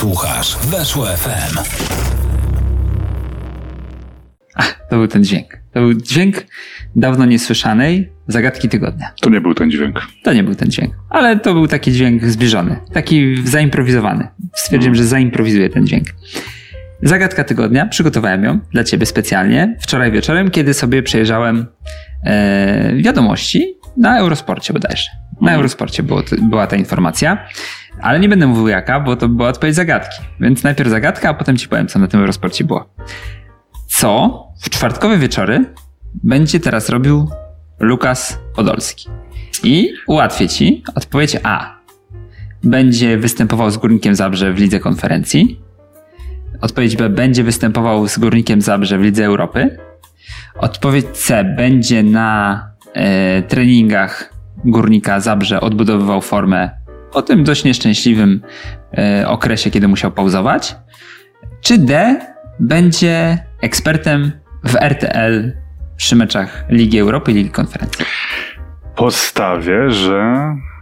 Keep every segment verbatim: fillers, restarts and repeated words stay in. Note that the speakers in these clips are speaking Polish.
Słuchasz Weszło F M. Ach, to był ten dźwięk. To był dźwięk dawno niesłyszanej zagadki tygodnia. To nie był ten dźwięk. To nie był ten dźwięk, ale to był taki dźwięk zbliżony, taki zaimprowizowany. Stwierdziłem, że zaimprowizuję ten dźwięk. Zagadka tygodnia, przygotowałem ją dla ciebie specjalnie wczoraj wieczorem, kiedy sobie przejrzałem e, wiadomości na Eurosporcie bodajże. Na mm. Eurosporcie było, była ta informacja, ale nie będę mówił jaka, bo to była odpowiedź zagadki. Więc najpierw zagadka, a potem ci powiem, co na tym Eurosporcie było. Co w czwartkowe wieczory będzie teraz robił Lukas Podolski? I ułatwię ci odpowiedź A. Będzie występował z Górnikiem Zabrze w Lidze Konferencji. Odpowiedź B. Będzie występował z Górnikiem Zabrze w Lidze Europy. Odpowiedź C. Będzie na e, treningach Górnika Zabrze odbudowywał formę po tym dość nieszczęśliwym e, okresie, kiedy musiał pauzować. Czy D. Będzie ekspertem w R T L przy meczach Ligi Europy i Ligi Konferencji? Postawię, że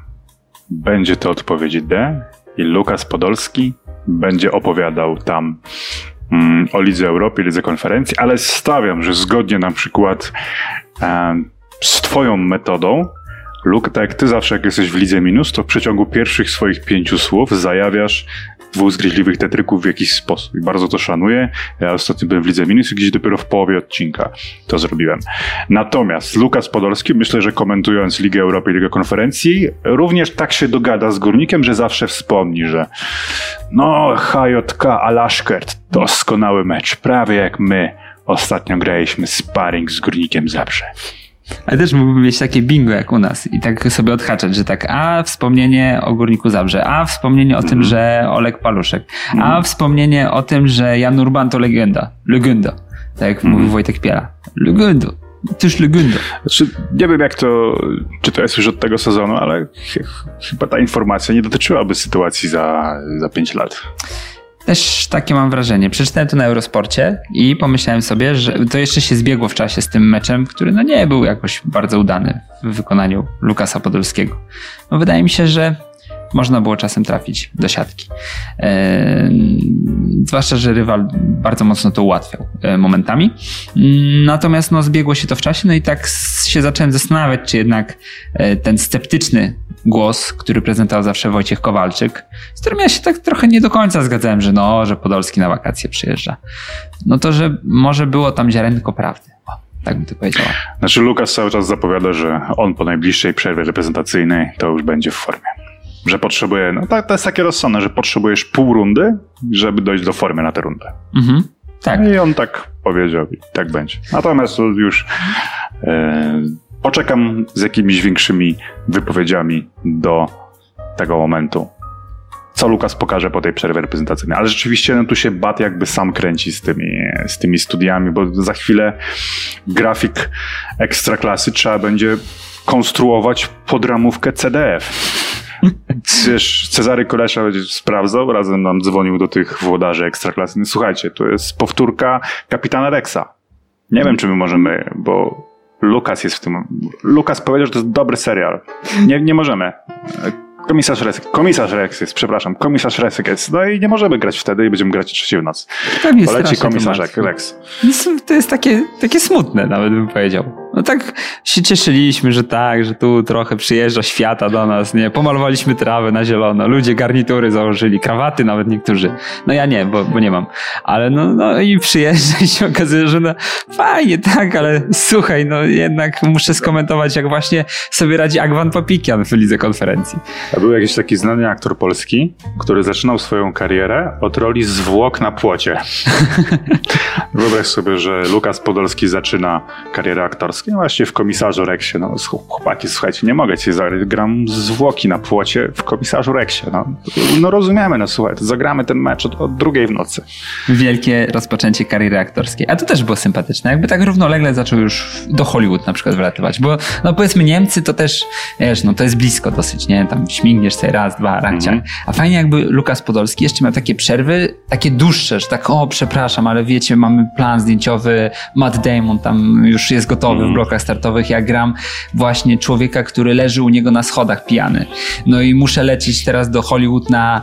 będzie to odpowiedź D i Lukas Podolski będzie opowiadał tam mm, o Lidze Europy i Lidze Konferencji, ale stawiam, że zgodnie na przykład e, z twoją metodą, Luke, tak jak ty zawsze jak jesteś w Lidze Minus, to w przeciągu pierwszych swoich pięciu słów zajawiasz dwóch zgryźliwych tetryków w jakiś sposób i bardzo to szanuję. Ja ostatnio byłem w Lidze Minus i gdzieś dopiero w połowie odcinka to zrobiłem. Natomiast Lukas Podolski, myślę, że komentując Ligę Europy i Ligę Konferencji, również tak się dogada z Górnikiem, że zawsze wspomni, że no H J K Alaszkert, doskonały mecz, prawie jak my ostatnio graliśmy sparring z Górnikiem Zabrze. Ale też mógłbym mieć takie bingo jak u nas i tak sobie odhaczać, że tak, a wspomnienie o Górniku Zabrze, a wspomnienie o mm. tym, że Oleg Paluszek, mm. a wspomnienie o tym, że Jan Urban to legenda. Legenda. Tak jak mm. mówił Wojtek Piela. Legenda. Tyż legenda. Znaczy, nie wiem jak to, czy to jest już od tego sezonu, ale ch- chyba ta informacja nie dotyczyłaby sytuacji za, za pięć lat. Też takie mam wrażenie. Przeczytałem to na Eurosporcie i pomyślałem sobie, że to jeszcze się zbiegło w czasie z tym meczem, który no nie był jakoś bardzo udany w wykonaniu Lukasa Podolskiego. No wydaje mi się, że można było czasem trafić do siatki. Eee, zwłaszcza, że rywal bardzo mocno to ułatwiał e, momentami. Natomiast no, zbiegło się to w czasie, no i tak się zacząłem zastanawiać, czy jednak e, ten sceptyczny głos, który prezentował zawsze Wojciech Kowalczyk, z którym ja się tak trochę nie do końca zgadzałem, że no, że Podolski na wakacje przyjeżdża. No to, że może było tam ziarenko prawdy. O, tak bym to powiedziała. Znaczy Lukas cały czas zapowiada, że on po najbliższej przerwie reprezentacyjnej to już będzie w formie. Że potrzebuje, no to, to jest takie rozsądne, że potrzebujesz pół rundy, żeby dojść do formy na tę rundę. Mhm, tak. I on tak powiedział i tak będzie. Natomiast już e, poczekam z jakimiś większymi wypowiedziami do tego momentu, co Lukas pokaże po tej przerwie reprezentacyjnej. Ale rzeczywiście no, tu się bat jakby sam kręci z tymi, z tymi studiami, bo za chwilę grafik Ekstraklasy trzeba będzie konstruować pod ramówkę C D F. Wiesz, Cezary Kolesza będzie sprawdzał, razem nam dzwonił do tych włodarzy Ekstraklasy. Słuchajcie, to jest powtórka Kapitana Rexa. Nie wiem, czy my możemy, bo Lukas jest w tym... Lukas powiedział, że to jest dobry serial. Nie, nie możemy. Komisarz Rex, komisarz Rex jest, przepraszam, komisarz Rex jest, no i nie możemy grać wtedy i będziemy grać trzeciej w nocy. Poleci komisarz Rex. To jest takie, takie smutne nawet bym powiedział. No tak się cieszyliśmy, że tak, że tu trochę przyjeżdża świata do nas, nie? Pomalowaliśmy trawę na zielono, ludzie garnitury założyli, krawaty nawet niektórzy. No ja nie, bo, bo nie mam. Ale no, no i przyjeżdża i się okazuje, że no fajnie, tak, ale słuchaj, no jednak muszę skomentować, jak właśnie sobie radzi Agwan Papikian w Lidze Konferencji. A był jakiś taki znany aktor polski, który zaczynał swoją karierę od roli zwłok na płocie. Wyobraź sobie, że Lukas Podolski zaczyna karierę aktorską właśnie w Komisarzu Rexie. No chłopaki, słuchajcie, nie mogę ci zagrać. Gram zwłoki na płocie w Komisarzu Rexie. No, no rozumiemy, no słuchaj, to zagramy ten mecz od, od drugiej w nocy. Wielkie rozpoczęcie kariery aktorskiej. A to też było sympatyczne. Jakby tak równolegle zaczął już do Hollywood na przykład wlatywać. Bo no powiedzmy Niemcy to też, wiesz, no to jest blisko dosyć, nie? Tam śmigniesz sobie raz, dwa, rancia. Mm-hmm. A fajnie jakby Lukas Podolski jeszcze miał takie przerwy, takie dłuższe, że tak o przepraszam, ale wiecie, mamy plan zdjęciowy, Matt Damon tam już jest gotowy mm. w blokach startowych, ja gram właśnie człowieka, który leży u niego na schodach pijany. No i muszę lecieć teraz do Hollywood na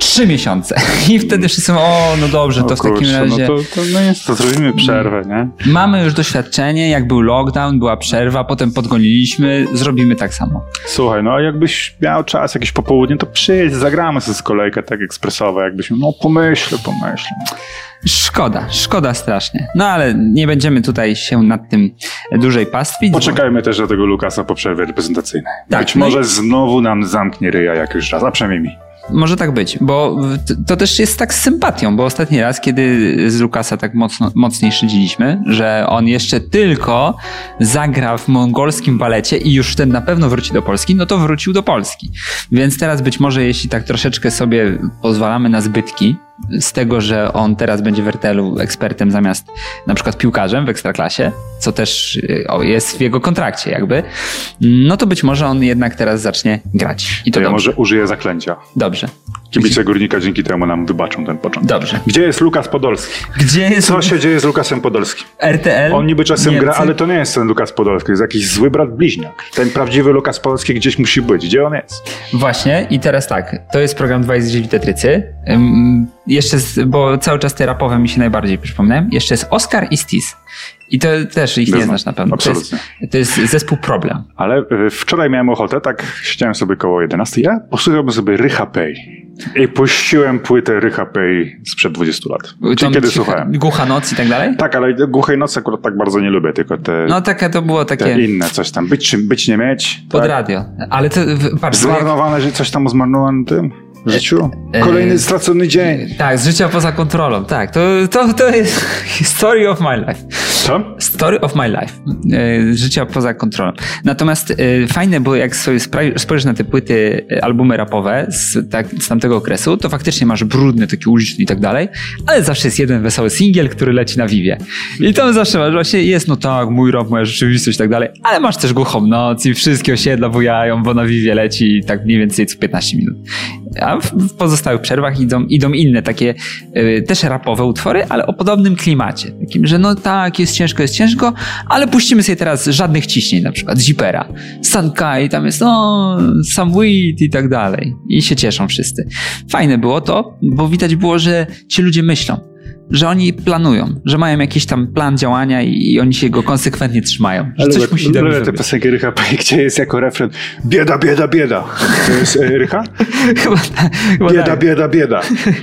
Trzy miesiące. I wtedy wszyscy mówią, o, no dobrze, to o, w takim kurczę, razie... No to, to, no jest, to zrobimy przerwę, nie? Mamy już doświadczenie, jak był lockdown, była przerwa, potem podgoniliśmy, zrobimy tak samo. Słuchaj, no a jakbyś miał czas, jakieś popołudnie, to przyjedź, zagramy sobie z kolejkę tak ekspresowa, jakbyśmy, no pomyślę, pomyślę. Szkoda, szkoda strasznie. No ale nie będziemy tutaj się nad tym dłużej pastwić. Poczekajmy bo... też do tego Lukasa po przerwie reprezentacyjnej. Tak, Być no może i... znowu nam zamknie ryja jak już raz, a przynajmniej mi. Może tak być, bo to też jest tak z sympatią, bo ostatni raz, kiedy z Lukasa tak mocno, mocniej szydziliśmy, że on jeszcze tylko zagra w mongolskim balecie i już ten na pewno wróci do Polski, no to wrócił do Polski. Więc teraz być może, jeśli tak troszeczkę sobie pozwalamy na zbytki, z tego, że on teraz będzie w R T L-u ekspertem zamiast na przykład piłkarzem w Ekstraklasie, co też o, jest w jego kontrakcie jakby, no to być może on jednak teraz zacznie grać. I to, to ja dobrze. może użyję zaklęcia. Dobrze. Kibice Górnika dzięki temu nam wybaczą ten początek. Dobrze. Gdzie jest Lukas Podolski? Gdzie jest... Co się dzieje z Lukasem Podolskim? R T L? On niby czasem Niemcy. gra, ale to nie jest ten Lukas Podolski, to jest jakiś zły brat bliźniak. Ten prawdziwy Lukas Podolski gdzieś musi być. Gdzie on jest? Właśnie i teraz tak, to jest program dwa jest gdzieś tetrycy. Um, jeszcze, z, bo cały czas te rapowe mi się najbardziej przypomniałem. Jeszcze jest Oskar i Stis. I to też ich nie znasz na pewno. Absolutnie. To jest, to jest zespół Problem. Ale y, wczoraj miałem ochotę, tak siedziałem sobie koło jedenastej, ja posłuchałbym sobie Rycha Pay. I puściłem płytę Rycha Pay sprzed dwudziestu lat. Czyli kiedy słuchałem. Głucha noc i tak dalej? Tak, ale Głuchej Nocy akurat tak bardzo nie lubię, tylko te, no takie to było takie... te inne coś tam. Być czym, być nie mieć. Pod tak? radio. Ale to... Patrz, zmarnowane, że coś tam zmarnowałem tym w życiu. Kolejny e, stracony dzień. Tak, z życia poza kontrolą. Tak, to, to, to jest story of my life. Co? Story of my life. E, życia poza kontrolą. Natomiast e, fajne było, jak sobie spojrzysz na te płyty, albumy rapowe z, tak, z tamtego okresu, to faktycznie masz brudny, taki uliczny i tak dalej, ale zawsze jest jeden wesoły singiel, który leci na Vivie. I tam zawsze masz, właśnie jest, no tak, mój rap, moja rzeczywistość i tak dalej, ale masz też Głuchą Noc i wszystkie osiedla bujają, bo na Vivie leci tak mniej więcej co piętnaście minut. A w pozostałych przerwach idą, idą inne takie y, też rapowe utwory, ale o podobnym klimacie. Takim, że no tak, jest ciężko, jest ciężko, ale puścimy sobie teraz żadnych ciśnień, na przykład Zipera, Sankai, tam jest no, Some Weed i tak dalej. I się cieszą wszyscy. Fajne było to, bo widać było, że ci ludzie myślą, że oni planują, że mają jakiś tam plan działania i, i oni się go konsekwentnie trzymają. Że ale coś musi dać. Ale te piosenki Rycha Pay, gdzie jest jako refren bieda, bieda, bieda. To jest e, Rycha? chyba, chyba bieda, tak. bieda, bieda.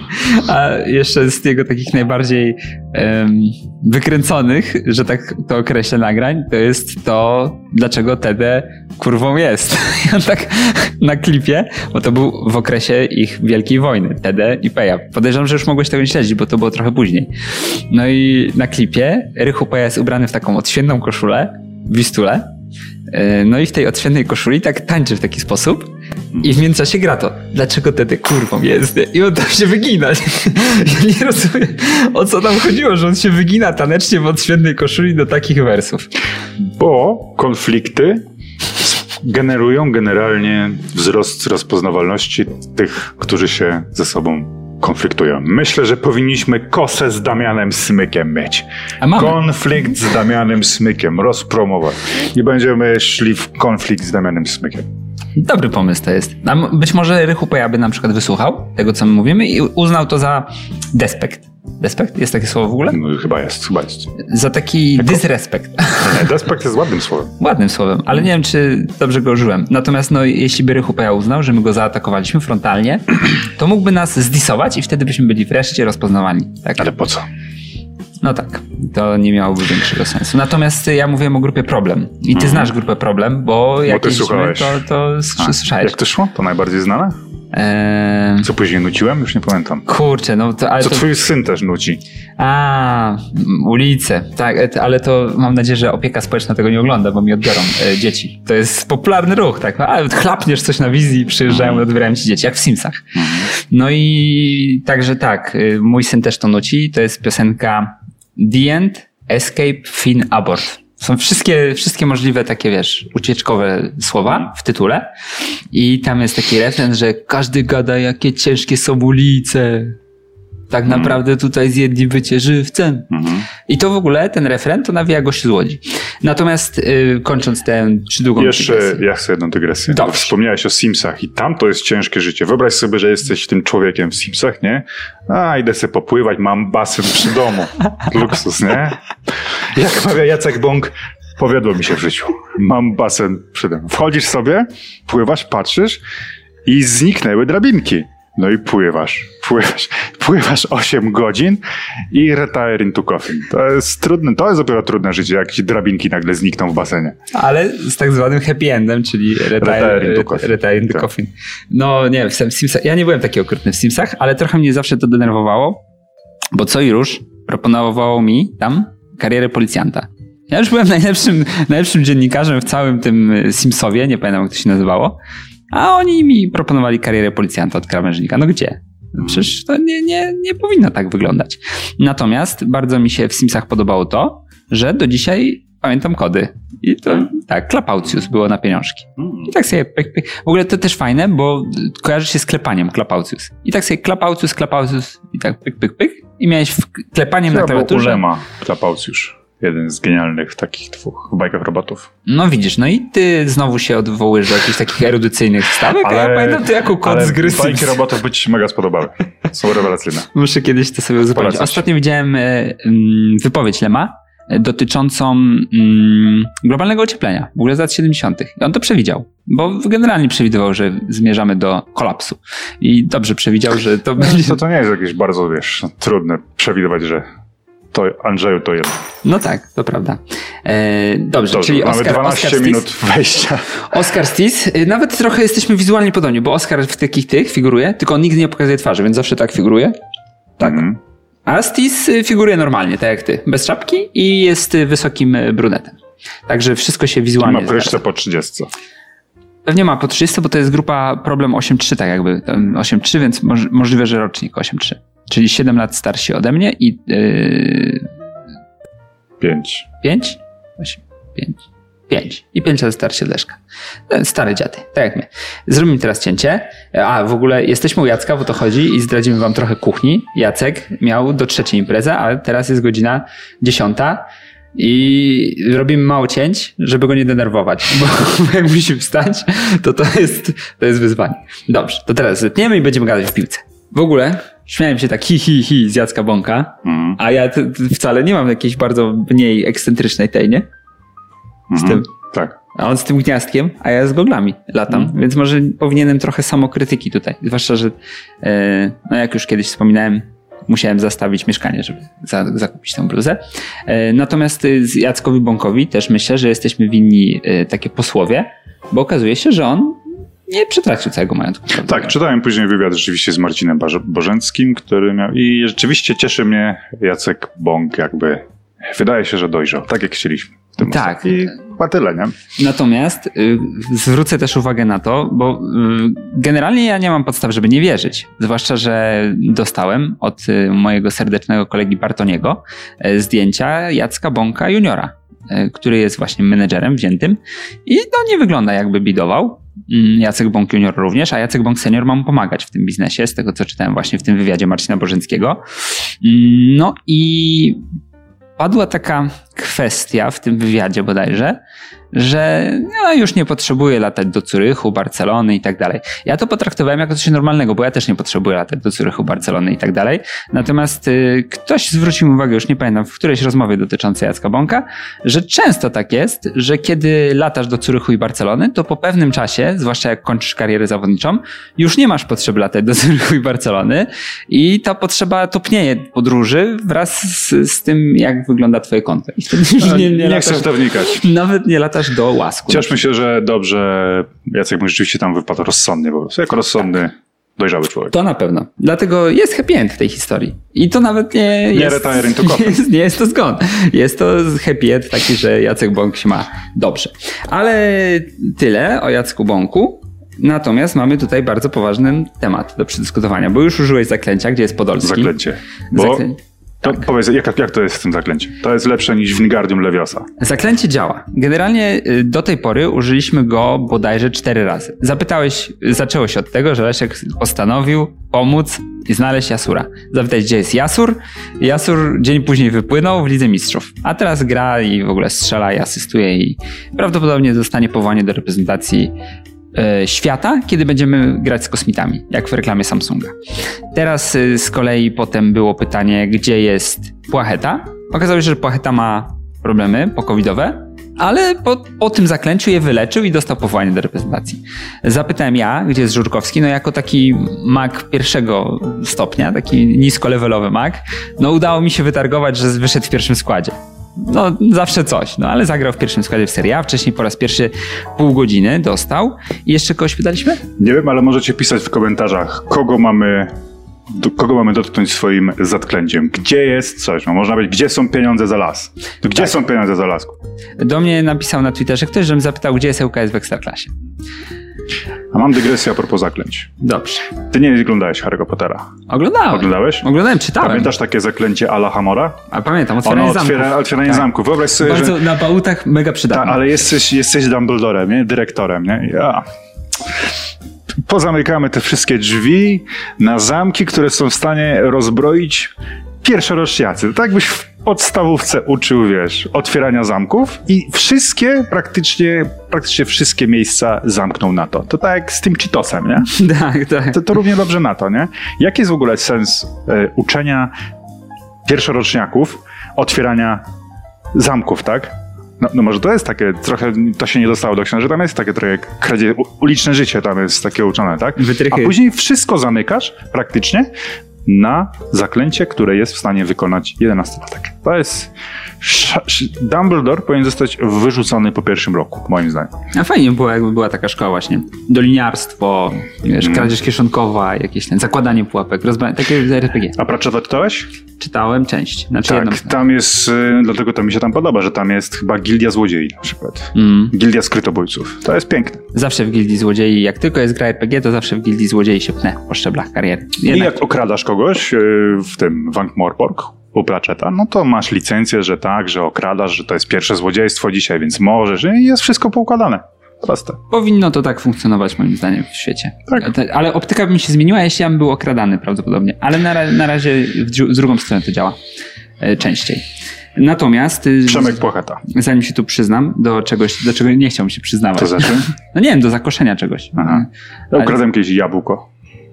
A jeszcze z jego takich najbardziej um, wykręconych, że tak to określę, nagrań, to jest to, dlaczego Tede kurwą jest. I on tak na klipie, bo to był w okresie ich wielkiej wojny, Tede i Peja. Podejrzewam, że już mogłeś tego nie śledzić, bo to było trochę później. No i na klipie Rychu Peja jest ubrany w taką odświętną koszulę, wistulę. No i w tej odświętnej koszuli tak tańczy w taki sposób i w międzyczasie gra to. Dlaczego Tede kurwą jest? I on tam się wygina. Ja nie rozumiem, o co tam chodziło, że on się wygina tanecznie w odświętnej koszuli do takich wersów. Bo konflikty generują generalnie wzrost rozpoznawalności tych, którzy się ze sobą konfliktują. Myślę, że powinniśmy kosę z Damianem Smykiem mieć. A mamy. Konflikt z Damianem Smykiem rozpromować. I będziemy szli w konflikt z Damianem Smykiem. Dobry pomysł to jest. A być może Rychu Peja by na przykład wysłuchał tego, co my mówimy i uznał to za despekt. Despekt? Jest takie słowo w ogóle? No, chyba jest, chyba jest. Za taki Jako? dysrespekt. Nie, despekt jest ładnym słowem. Ładnym słowem, ale nie wiem, czy dobrze go użyłem. Natomiast no, jeśli by Rychu Peja uznał, że my go zaatakowaliśmy frontalnie, to mógłby nas zdisować i wtedy byśmy byli wreszcie rozpoznawani. Tak? Ale po co? No tak, to nie miałoby większego sensu. Natomiast ja mówiłem o grupie Problem. I ty mhm. znasz grupę Problem, bo jak bo ty jeździliśmy, to, to A, słyszałeś. Jak to szło? To najbardziej znane? Eee... Co później nuciłem? Już nie pamiętam. Kurczę, no to... Ale Co to... twój syn też nuci? A, ulice. Tak, ale to mam nadzieję, że opieka społeczna tego nie ogląda, bo mi odbiorą e, dzieci. To jest popularny ruch, tak? A, chlapniesz coś na wizji i przyjeżdżają i odbierają ci dzieci, jak w Simsach. No i także tak, mój syn też to nuci. To jest piosenka The End, Escape, Fin, Abort. Są wszystkie, wszystkie możliwe takie, wiesz, ucieczkowe słowa w tytule i tam jest taki refren, że każdy gada, jakie ciężkie są ulice. Tak naprawdę tutaj zjedliby cię żywcem. Mhm. I to w ogóle, ten refren, to nawija gość z Łodzi. Natomiast yy, kończąc tę przydługą Jeszcze dygresję. ja chcę jedną dygresję. Dobrze. Wspomniałeś o Simsach i tam to jest ciężkie życie. Wyobraź sobie, że jesteś tym człowiekiem w Simsach, nie? A, idę sobie popływać, mam basen przy domu. Luksus, nie? Jak mawia Jacek Bąk, powiodło mi się w życiu. Mam basen przy domu. Wchodzisz sobie, pływasz, patrzysz i zniknęły drabinki. No i pływasz, pływasz, pływasz osiem godzin i retire into coffin. To jest trudne, to jest dopiero trudne życie, jak ci drabinki nagle znikną w basenie. Ale z tak zwanym happy endem, czyli retire, Retire into coffin. retire into Tak. coffin. No nie, w Simsach, ja nie byłem taki okrutny w Simsach, ale trochę mnie zawsze to denerwowało, bo co i róż proponowało mi tam karierę policjanta. Ja już byłem najlepszym, najlepszym dziennikarzem w całym tym Simsowie, nie pamiętam jak to się nazywało, a oni mi proponowali karierę policjanta od krawężnika. No gdzie? Przecież to nie, nie, nie powinno tak wyglądać. Natomiast bardzo mi się w Simsach podobało to, że do dzisiaj pamiętam kody. I to tak, Klapaucius było na pieniążki. I tak sobie pyk, pyk. W ogóle to też fajne, bo kojarzy się z klepaniem Klapaucius. I tak sobie Klapaucius, Klapaucius i tak pyk, pyk, pyk. I miałeś w klepaniem na klawiaturze. Ulema Klapauciusz. Jeden z genialnych takich dwóch w bajkach robotów. No widzisz, no i ty znowu się odwołujesz do jakichś takich erudycyjnych wstawek, ale, a ja pamiętam to jako kod z gry bajki Sims. robotów by ci się mega spodobały. Są rewelacyjne. Muszę kiedyś to sobie uzupełnić. Polecam. Ostatnio widziałem y, y, wypowiedź Lema y, dotyczącą y, globalnego ocieplenia, w ogóle z lat siedemdziesiątych. I on to przewidział, bo generalnie przewidywał, że zmierzamy do kolapsu. I dobrze przewidział, że to będzie... To, to nie jest jakieś bardzo, wiesz, trudne przewidywać, że to Andrzeju to jest. No tak, to prawda. E, dobrze, Dobrze, czyli mamy Oscar, dwanaście Oscar minut wejścia. Oscar Stis, nawet trochę jesteśmy wizualnie podobni, bo Oscar w takich tych figuruje, tylko on nigdy nie pokazuje twarzy, więc zawsze tak figuruje. Tak. Mhm. A Stis figuruje normalnie, tak jak ty, bez czapki i jest wysokim brunetem. Także wszystko się wizualnie Ma pryszcze zgadza. po trzydziestce. Pewnie ma po trzydzieści, bo to jest grupa Problem osiem trzy, tak jakby. osiem trzy, więc moż, możliwe, że rocznik osiem trzy. Czyli siedem lat starsi ode mnie i... Yy, Pięć. pięć? osiem, pięć. pięć. I pięć lat starszy od Leszka. Stare dziady, tak jak my. Zrobimy teraz cięcie. A, w ogóle jesteśmy u Jacka, bo to chodzi i zdradzimy wam trochę kuchni. Jacek miał do trzeciej imprezę, a teraz jest godzina dziesiąta i robimy mało cięć, żeby go nie denerwować, bo jak musi wstać, to to jest, to jest wyzwanie. Dobrze, to teraz zetniemy i będziemy gadać o piłce. W ogóle śmiałem się tak hi, hi, hi z Jacka Bąka, Mhm. a ja t- t- wcale nie mam jakiejś bardzo mniej ekscentrycznej tej, nie? Z Mhm. tym. Tak. A on z tym gniazdkiem, a ja z goglami latam, Mhm. więc może powinienem trochę samokrytyki tutaj. Zwłaszcza, że e, no jak już kiedyś wspominałem, musiałem zastawić mieszkanie, żeby za, zakupić tę bluzę. E, natomiast e, z Jackowi Bąkowi też myślę, że jesteśmy winni e, takie posłowie, bo okazuje się, że on nie przetracił całego majątku. Prawda? Tak, czytałem później wywiad rzeczywiście z Marcinem Boże- Bożenckim, który miał... I rzeczywiście cieszy mnie Jacek Bąk jakby... Wydaje się, że dojrzał, tak jak chcieliśmy. W tym Tak. ostatnim. I chyba tyle, nie? Natomiast y, zwrócę też uwagę na to, bo y, generalnie ja nie mam podstaw, żeby nie wierzyć. Zwłaszcza, że dostałem od y, mojego serdecznego kolegi Bartoniego y, zdjęcia Jacka Bąka juniora, y, który jest właśnie menedżerem wziętym i to nie wygląda jakby bidował. Y, Jacek Bąk junior również, a Jacek Bąk senior ma mu pomagać w tym biznesie, z tego co czytałem właśnie w tym wywiadzie Marcina Bożenckiego. Y, no i padła taka kwestia w tym wywiadzie bodajże, że no, już nie potrzebuje latać do Zurychu, Barcelony i tak dalej. Ja to potraktowałem jako coś normalnego, bo ja też nie potrzebuję latać do Zurychu, Barcelony i tak dalej. Natomiast y, ktoś zwrócił mi uwagę, już nie pamiętam, w którejś rozmowie dotyczącej Jacka Bąka, że często tak jest, że kiedy latasz do Zurychu i Barcelony, to po pewnym czasie, zwłaszcza jak kończysz karierę zawodniczą, już nie masz potrzeby latać do Zurychu i Barcelony i ta potrzeba topnieje podróży wraz z, z tym, jak wygląda twoje konto. I wtedy już nie, nie, nie latasz, chcę w to wnikać. nawet nie latasz do Łasku. Cieszmy się, że dobrze Jacek mu rzeczywiście tam wypadł rozsądnie po prostu. Jako rozsądny, dojrzały człowiek. To na pewno. Dlatego jest happy end w tej historii. I to nawet nie Nie jest... retire into coffin. Nie jest, nie jest to zgon. Jest to happy end taki, że Jacek Bąk się ma dobrze. Ale tyle o Jacku Bąku. Natomiast mamy tutaj bardzo poważny temat do przedyskutowania, bo już użyłeś zaklęcia, gdzie jest Podolski. Zaklęcie. Bo Zaklę... to powiedz, jak, jak to jest w tym zaklęciu? To jest lepsze niż Wingardium Leviosa. Zaklęcie działa. Generalnie y, do tej pory użyliśmy go bodajże cztery razy. Zapytałeś, zaczęło się od tego, że Leszek postanowił pomóc i znaleźć Jasura. Zapytać, gdzie jest Jasur. Jasur dzień później wypłynął w Lidze Mistrzów. A teraz gra i w ogóle strzela i asystuje i prawdopodobnie dostanie powołanie do reprezentacji e, świata, kiedy będziemy grać z kosmitami, jak w reklamie Samsunga. Teraz e, z kolei potem było pytanie, gdzie jest Płacheta. Okazało się, że Płacheta ma problemy pokowidowe, ale po, po tym zaklęciu je wyleczył i dostał powołanie do reprezentacji. Zapytałem ja, gdzie jest Żurkowski, no jako taki mag pierwszego stopnia, taki niskolevelowy mag, no udało mi się wytargować, że wyszedł w pierwszym składzie. No zawsze coś, no ale zagrał w pierwszym składzie w Serie A, wcześniej po raz pierwszy pół godziny dostał. I jeszcze kogoś pytaliśmy? Nie wiem, ale możecie pisać w komentarzach, kogo mamy... Do kogo mamy dotknąć swoim zaklęciem? Gdzie jest coś? No, można być, gdzie są pieniądze za las? To gdzie tak. są pieniądze za lasku? Do mnie napisał na Twitterze ktoś, żebym zapytał, gdzie jest L K S w Ekstraklasie. A mam dygresję a propos zaklęć. Dobrze. Ty nie oglądałeś Harry'ego Pottera? Oglądałem. Oglądałeś? Oglądałem, czytałem. Pamiętasz takie zaklęcie a la Hamora? A pamiętam, otwieranie ono zamków. Otwiera, otwieranie tak. zamków. Wyobraź sobie, bardzo że... na bałutach mega przydatne. Ta, ale jesteś, jesteś Dumbledorem, nie? Dyrektorem, nie? Ja... Pozamykamy te wszystkie drzwi na zamki, które są w stanie rozbroić pierwszoroczniacy. Tak jakbyś w podstawówce uczył, wiesz, otwierania zamków i wszystkie, praktycznie, praktycznie wszystkie miejsca zamknął na to. To tak jak z tym Cheetosem, nie? Tak, tak. To, to równie dobrze na to, nie? Jaki jest w ogóle sens e, uczenia pierwszoroczniaków otwierania zamków, tak? No, no może to jest takie, trochę to się nie dostało do książek, tam jest takie trochę kradzie, uliczne życie tam jest takie uczone, tak? Wytrychy. A później wszystko zamykasz praktycznie na zaklęcie, które jest w stanie wykonać jedenastolatek. To jest... Dumbledore powinien zostać wyrzucony po pierwszym roku, moim zdaniem. A fajnie było, jakby była taka szkoła właśnie. Doliniarstwo, wiesz, mm. kradzież kieszonkowa, jakieś ten, zakładanie pułapek, rozbra- takie R P G. A Pratchetta czytałeś? Czytałem część. Znaczy tak, jedną. tam jest, dlatego to mi się tam podoba, że tam jest chyba Gildia Złodziei na przykład. Mm. Gildia Skrytobójców. To jest piękne. Zawsze w Gildii Złodziei, jak tylko jest gra R P G, to zawsze w Gildii Złodziei się pnę po szczeblach kariery. Jednak... I jak okradasz kogoś w tym w Ankh-Morpork u Pratchetta, no to masz licencję, że tak, że okradasz, że to jest pierwsze złodziejstwo dzisiaj, więc możesz i jest wszystko poukładane. Proste. Powinno to tak funkcjonować moim zdaniem w świecie. Tak. Ale optyka by mi się zmieniła, jeśli ja bym był okradany prawdopodobnie. Ale na, na razie w, dru- w drugą stronę to działa e, częściej. Natomiast... Przemek Płacheta. Zanim się tu przyznam do czegoś, do czego nie chciałbym się przyznawać. To znaczy? No nie wiem, do zakoszenia czegoś. Aha. Ja ukradłem kiedyś jabłko.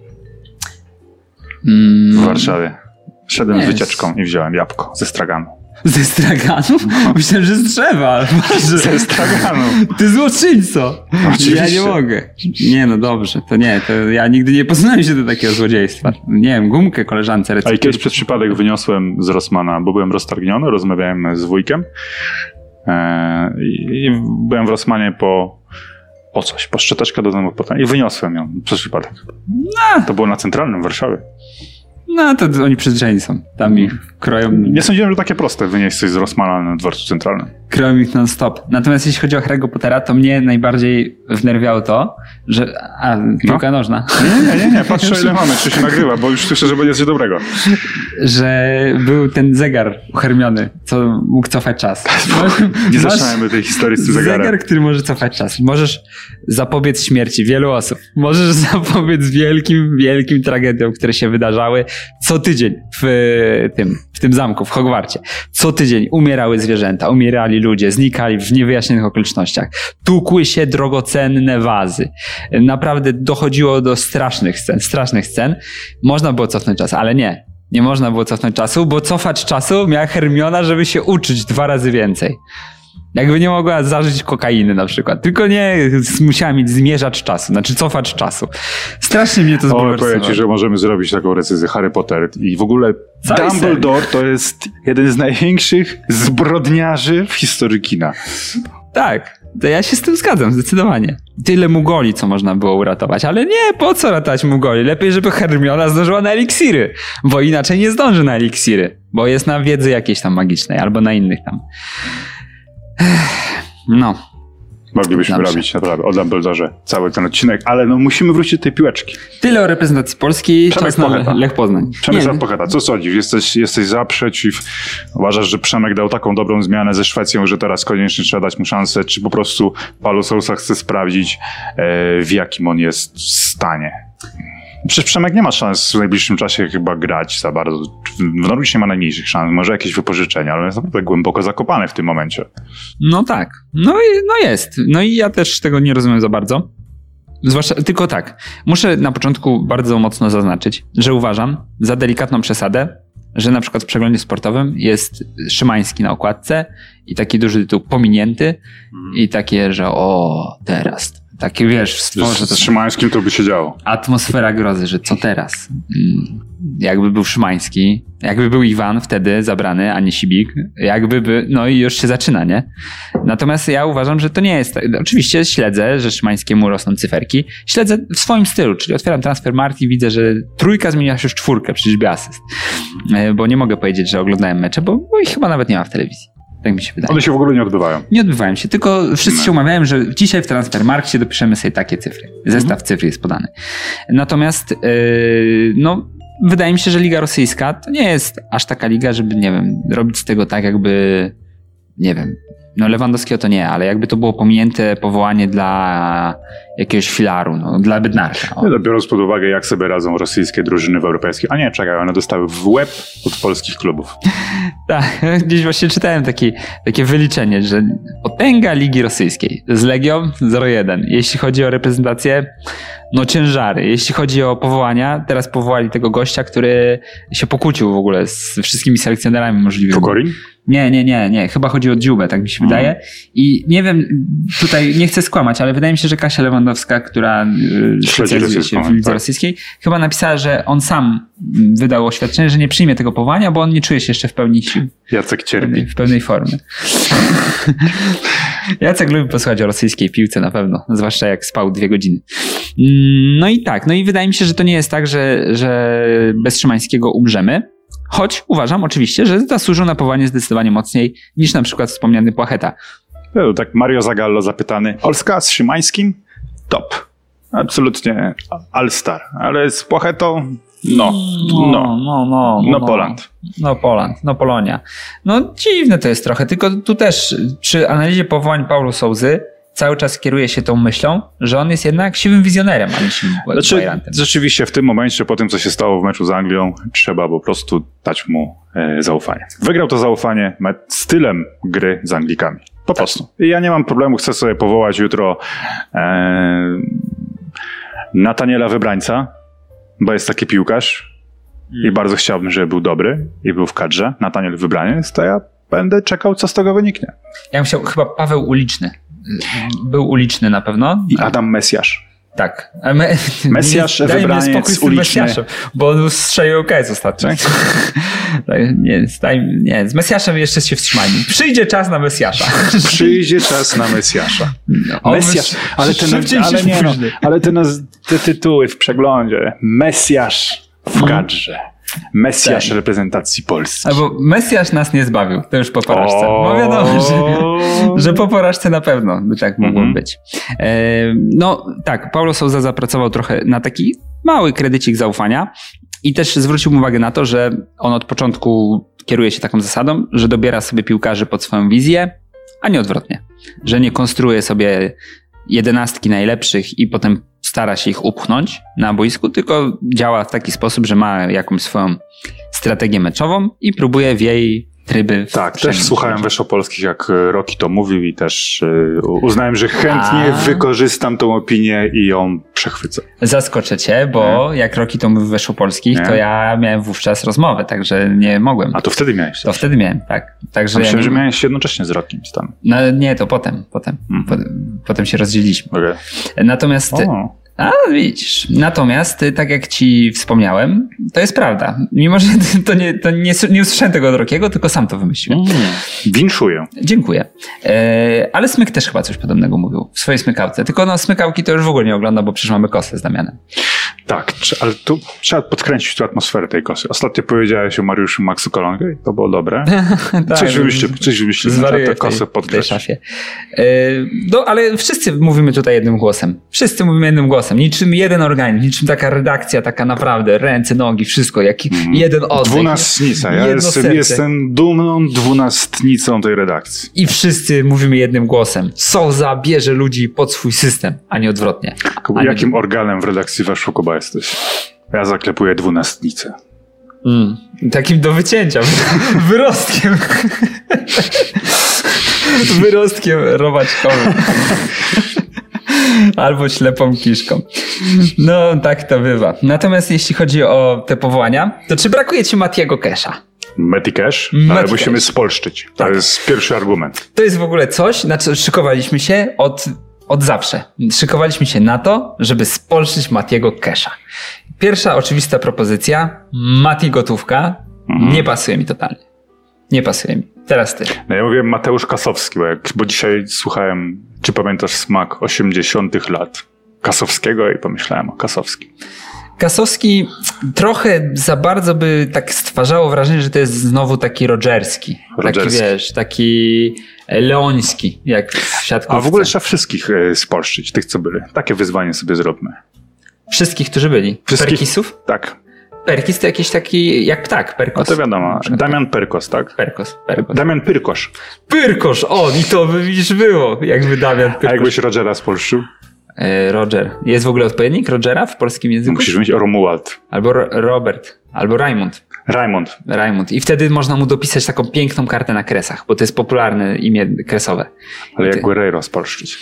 Mm. W Warszawie. Szedłem Jest. z wycieczką i wziąłem jabłko ze straganu. Ze straganu? No. Myślałem, że z drzewa. Ze straganu. Ty złoczyńco. Oczywiście. Ja nie mogę. Nie, no dobrze. To nie, to ja nigdy nie poznałem się do takiego złodziejstwa. Nie wiem, gumkę koleżance A i kiedyś przez przypadek wyniosłem z Rossmana, bo byłem roztargniony, rozmawiałem z wujkiem e, i, i byłem w Rossmanie po, po coś, po szczoteczkę do domu potem i wyniosłem ją przez przypadek. No. To było na centralnym w Warszawie. No to oni przyzwyczajeni są. Tam ich kroją... Nie sądziłem, że takie proste wynieść coś z Rossmana na dworcu centralnym. Kroją ich non-stop. Natomiast jeśli chodzi o Harry'ego Pottera, to mnie najbardziej wnerwiało to, że... A, piłka no. nożna. Nie, nie, nie, nie. Patrzę ile mamy, czy się nagrywa, bo już słyszę, że będzie coś dobrego. Że był ten zegar uhermiony, co mógł cofać czas. Nie zaczynajmy tej historii z tym zegarem. Zegar, który może cofać czas. Możesz zapobiec śmierci wielu osób. Możesz zapobiec wielkim, wielkim tragediom, które się wydarzały co tydzień w tym, w tym zamku, w Hogwarcie. Co tydzień umierały zwierzęta, umierali ludzie, znikali w niewyjaśnionych okolicznościach. Tukły się drogocenne wazy. Naprawdę dochodziło do strasznych scen, strasznych scen. Można było cofnąć czas, ale nie. Nie można było cofnąć czasu, bo cofać czasu miała Hermiona, żeby się uczyć dwa razy więcej. Jakby nie mogła zażyć kokainy na przykład. Tylko nie musiała mieć zmierzacz czasu, znaczy cofacz czasu. Strasznie mnie to zbulwersowało. O, powiem ci, że możemy zrobić taką recenzję Harry Potter i w ogóle Cały Dumbledore serii. To jest jeden z największych zbrodniarzy w historii kina. Tak, to ja się z tym zgadzam, zdecydowanie. Tyle Mugoli, co można było uratować, ale nie, po co ratować Mugoli? Lepiej, żeby Hermiona zdążyła na eliksiry, bo inaczej nie zdąży na eliksiry, bo jest na wiedzy jakiejś tam magicznej, albo na innych tam. No. Moglibyśmy Dobrze. robić naprawdę o Dumbledorze cały ten odcinek, ale no musimy wrócić do tej piłeczki. Tyle o reprezentacji Polski, czas na Lech Poznań. Przemysław Płacheta, co sądzisz? Jesteś, jesteś za, przeciw? Uważasz, że Przemek dał taką dobrą zmianę ze Szwecją, że teraz koniecznie trzeba dać mu szansę, czy po prostu Paulo Sousa chce sprawdzić, e, w jakim on jest stanie? Przecież Przemek nie ma szans w najbliższym czasie chyba grać za bardzo. W Norwich nie ma najmniejszych szans. Może jakieś wypożyczenia, ale jest naprawdę głęboko zakopany w tym momencie. No tak. No, i, no jest. No i ja też tego nie rozumiem za bardzo. Zwłaszcza, tylko tak. Muszę na początku bardzo mocno zaznaczyć, że uważam za delikatną przesadę, że na przykład w przeglądzie sportowym jest Szymański na okładce i taki duży tytuł pominięty mm. i takie, że o, teraz. Takie, wiesz, stworzę to... Z Szymańskim to by się działo. Atmosfera grozy, że co teraz? Jakby był Szymański, jakby był Iwan wtedy zabrany, a nie Sibik, jakby by, no i już się zaczyna, nie? Natomiast ja uważam, że to nie jest tak. Oczywiście śledzę, że Szymańskiemu rosną cyferki. Śledzę w swoim stylu, czyli otwieram Transfermarkt i widzę, że trójka zmieniła się już w czwórkę przy liczbie asyst. Bo nie mogę powiedzieć, że oglądałem mecze, bo, bo ich chyba nawet nie ma w telewizji. Tak mi się wydaje. One się w ogóle nie odbywają. Nie odbywają się, tylko wszyscy no. się umawiają, że dzisiaj w Transfermarkcie dopiszemy sobie takie cyfry. Zestaw mhm. cyfr jest podany. Natomiast yy, no, wydaje mi się, że Liga Rosyjska to nie jest aż taka liga, żeby, nie wiem, robić z tego tak jakby, nie wiem, no Lewandowskiego to nie, ale jakby to było pominięte powołanie dla jakiegoś filaru, no, dla Bednarka. No, biorąc pod uwagę, jak sobie radzą rosyjskie drużyny w europejskich. A nie, czekaj, one dostały w łeb od polskich klubów. Tak, gdzieś właśnie czytałem taki, takie wyliczenie, że potęga Ligi Rosyjskiej z Legią zero jeden. Jeśli chodzi o reprezentację, no ciężary. Jeśli chodzi o powołania, teraz powołali tego gościa, który się pokłócił w ogóle z wszystkimi selekcjonerami możliwymi. Kokorin? Nie, nie, nie, nie. Chyba chodzi o Dziubę, tak mi się wydaje. Mm. I nie wiem, tutaj nie chcę skłamać, ale wydaje mi się, że Kasia Lewandowska, która specjalizuje się w Lidze tak. Rosyjskiej, chyba napisała, że on sam wydał oświadczenie, że nie przyjmie tego powołania, bo on nie czuje się jeszcze w pełni sił. Jacek cierpi. W pełnej formie. Jacek lubi posłuchać o rosyjskiej piłce na pewno, zwłaszcza jak spał dwie godziny. No i tak, no i wydaje mi się, że to nie jest tak, że, że bez Szymańskiego umrzemy. Choć uważam oczywiście, że zasłużył na powołanie zdecydowanie mocniej niż na przykład wspomniany Płacheta. No, tak Mario Zagallo zapytany. Polska z Szymańskim? Top. Absolutnie all-star. Ale z Płachetą? No. No. No, no, no, no Poland. No Poland, no Polonia. No dziwne to jest trochę, tylko tu też przy analizie powołań Paulo Sousy cały czas kieruje się tą myślą, że on jest jednak siwym wizjonerem, a nie siwym znaczy, bajrantem. Rzeczywiście w tym momencie, po tym co się stało w meczu z Anglią, trzeba po prostu dać mu e, zaufanie. Wygrał to zaufanie stylem gry z Anglikami. Po tak. prostu. I ja nie mam problemu, chcę sobie powołać jutro e, Nataniela Wybrańca, bo jest taki piłkarz mm. i bardzo chciałbym, żeby był dobry i był w kadrze. Nataniel Wybraniec, to ja będę czekał, co z tego wyniknie. Ja bym chciał chyba Paweł Uliczny. Był Uliczny na pewno. I Adam Mesjasz. Tak. Me, Mesjasz, nie, Wybraniec, daj mi spokój z tym Mesjaszem, bo on strzelił O K S ostatnio. nie, daj, nie, z Mesjaszem jeszcze się wstrzymajmy. Przyjdzie czas na Mesjasza. Przyjdzie czas na Mesjasza. No, Mesjasz, ale te, ale nie, no, ale te, te tytuły w przeglądzie. Mesjasz w kadrze. Mesjasz tak. reprezentacji Polski. Albo Mesjasz nas nie zbawił, to już po porażce. Bo wiadomo, że, że po porażce na pewno by tak mogło mm-hmm. być. E, no tak, Paulo Sousa zapracował trochę na taki mały kredycik zaufania i też zwrócił uwagę na to, że on od początku kieruje się taką zasadą, że dobiera sobie piłkarzy pod swoją wizję, a nie odwrotnie. Że nie konstruuje sobie jedenastki najlepszych i potem stara się ich upchnąć na boisku, tylko działa w taki sposób, że ma jakąś swoją strategię meczową i próbuje w jej tryby... Tak, też słuchałem Weszopolskich, jak Roki to mówił i też uznałem, że chętnie A... wykorzystam tą opinię i ją przechwycę. Zaskoczę cię, bo nie? jak Roki to mówił Weszopolskich, nie? to ja miałem wówczas rozmowę, także nie mogłem. A to wtedy miałeś? To wtedy miałem, tak. Także myślałem, ja że miałeś jednocześnie z Rokim tam. No nie, to potem, potem. Mm. Potem, potem się rozdzieliliśmy. Okay. Natomiast... O. A widzisz, natomiast tak jak ci wspomniałem, to jest prawda. Mimo, że to nie, to nie, nie usłyszałem tego od Rokiego, tylko sam to wymyśliłem. Mm, winszuję. Dziękuję. E, ale Smyk też chyba coś podobnego mówił w swojej smykałce. Tylko no smykałki to już w ogóle nie ogląda, bo przecież mamy kosę z Damianem. Tak, ale tu trzeba podkręcić tu atmosferę tej kosy. Ostatnio powiedziałeś o Mariuszu Maxu Kolonge i to było dobre. tak, coś wymyślimy, coś wymyślimy. Trzeba tę kosę podkręcić. W tej szafie. E, no ale wszyscy mówimy tutaj jednym głosem. Wszyscy mówimy jednym głosem. Niczym jeden organizm, niczym taka redakcja, taka naprawdę, ręce, nogi, wszystko, jak mm. jeden oddech. Dwunastnica. Ja jestem, jestem dumną dwunastnicą tej redakcji. I wszyscy mówimy jednym głosem. Sousa bierze ludzi pod swój system, a nie odwrotnie. A Jakim nie... organem w redakcji Weszło Kuba jesteś? Ja zaklepuję dwunastnicę. Mm, takim do wycięcia. Wyrostkiem. Wyrostkiem robaczkowym. Albo ślepą kiszką. No, tak to bywa. Natomiast jeśli chodzi o te powołania, to czy brakuje ci Mattiego Casha? Matty Cash, Matty ale musimy Cash. spolszczyć. To Tak. jest pierwszy argument. To jest w ogóle coś, na co szykowaliśmy się od, od zawsze. Szykowaliśmy się na to, żeby spolszyć Mattiego Casha. Pierwsza oczywista propozycja, Mati Gotówka, Mhm. nie pasuje mi totalnie. Nie pasuje mi. Teraz ty. No ja mówię Mateusz Kasowski, bo, jak, bo dzisiaj słuchałem, czy pamiętasz smak osiemdziesiątych lat Kasowskiego i pomyślałem o Kasowskim. Kasowski trochę za bardzo by tak stwarzało wrażenie, że to jest znowu taki Rogerski. Rogerski. Taki wiesz, taki leoński, jak w siatkówce. A w ogóle trzeba wszystkich e, spolszczyć, tych co byli. Takie wyzwanie sobie zróbmy. Wszystkich, którzy byli. Wszystkich? Perkisów? Tak. Perkis to jakiś taki, jak ptak, No Perkos. to wiadomo. Damian Perkos, tak? Perkos, Perkos. Damian Pyrkosz. Pyrkosz, o, i to by widzisz było, jakby Damian A Pyrkosz. jakbyś Rogera spolszczył? E, Roger. Jest w ogóle odpowiednik Rogera w polskim języku? Musisz mieć Romuald. Albo Ro- Robert, albo Raimund. Raymond. Raimund. I wtedy można mu dopisać taką piękną kartę na kresach, bo to jest popularne imię kresowe. Ale I jak ty- Guerreiro spolszczyć?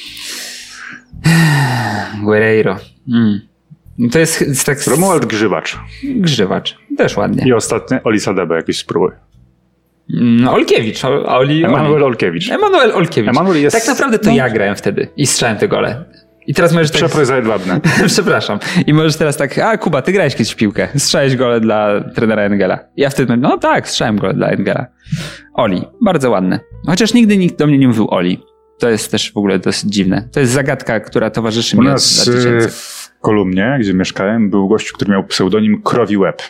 Guerreiro. Mm. To jest, jest tak... Romuald Grzywacz. Grzywacz. Też ładnie. I ostatnie Olisa Debe, jakiś spróbuj. Mm, Olkiewicz. O- Oli, Emanuel Oli. Olkiewicz. Emanuel Olkiewicz. Emanuel jest- Tak naprawdę to no. ja grałem wtedy i strzelałem te gole. I teraz możesz tak... Przeprój za jedwabne. Przepraszam. I możesz teraz tak, a Kuba, ty grałeś kiedyś w piłkę. Strzałeś gole dla trenera Engela. Ja wtedy mówię, no tak, strzałem gole dla Engela. Oli. Bardzo ładne. Chociaż nigdy nikt do mnie nie mówił Oli. To jest też w ogóle dosyć dziwne. To jest zagadka, która towarzyszy U mi od nas lat e, tysięcy. w kolumnie, gdzie mieszkałem, był gościu, który miał pseudonim Krowi Łeb.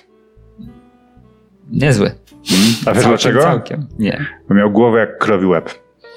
Niezły. A wiesz Całkiem, dlaczego? Całkiem. Nie. Bo miał głowę jak krowi łeb.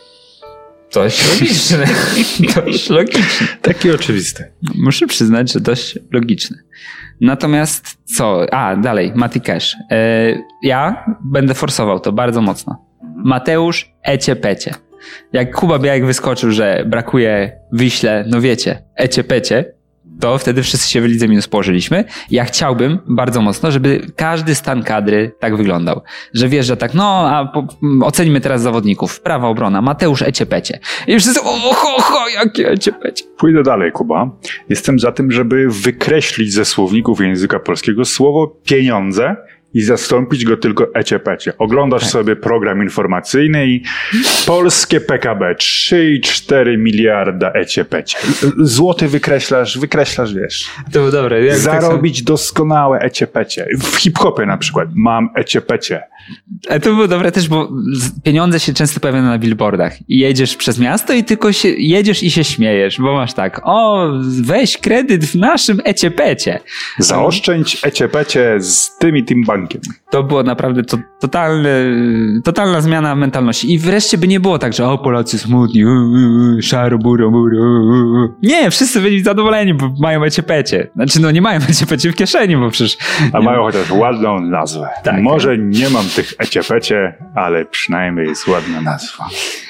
Dość logiczne. Dość logiczne. Taki oczywisty. Muszę przyznać, że dość logiczny. Natomiast co? A, dalej, Matty Cash. E, ja będę forsował to bardzo mocno. Mateusz Ecie Pecie. Jak Kuba Białek wyskoczył, że brakuje Wiśle, no wiecie, Ecie Pecie, to wtedy wszyscy się w lidze minus położyliśmy. Ja chciałbym bardzo mocno, żeby każdy stan kadry tak wyglądał. Że wiesz, że tak, no a po, ocenimy teraz zawodników. Prawa obrona, Mateusz Ecie Pecie. I wszyscy, o ho, ho, jakie Ecie Pecie. Pójdę dalej, Kuba. Jestem za tym, żeby wykreślić ze słowników języka polskiego słowo pieniądze i zastąpić go tylko ecie-pecie. Oglądasz Tak. sobie program informacyjny i polskie P K B trzy i cztery miliarda ecie-pecie. Złoty wykreślasz, wykreślasz, wiesz. To było dobre. Jak Zarobić doskonałe ecie-pecie. W hip-hopie na przykład mam ecie-pecie. Ale to było dobre też, bo z- pieniądze się często pojawiają na billboardach i jedziesz przez miasto i tylko się, jedziesz i się śmiejesz, bo masz tak, o, weź kredyt w naszym ecie-pecie. Zaoszczędź ecie-pecie z tym i tym bankiem. To było naprawdę to, totalne, totalna zmiana mentalności. I wreszcie by nie było tak, że o, Polacy smutni, u, u, u, szaro, buro, buro, u, u. Nie, wszyscy byli zadowoleni, bo mają ecie-pecie. Znaczy, no nie mają ecie-pecie w kieszeni, bo przecież... A nie mają chociaż ładną nazwę. Tak. Może nie mam tych ecie-pecie, ale przynajmniej jest ładna nazwa.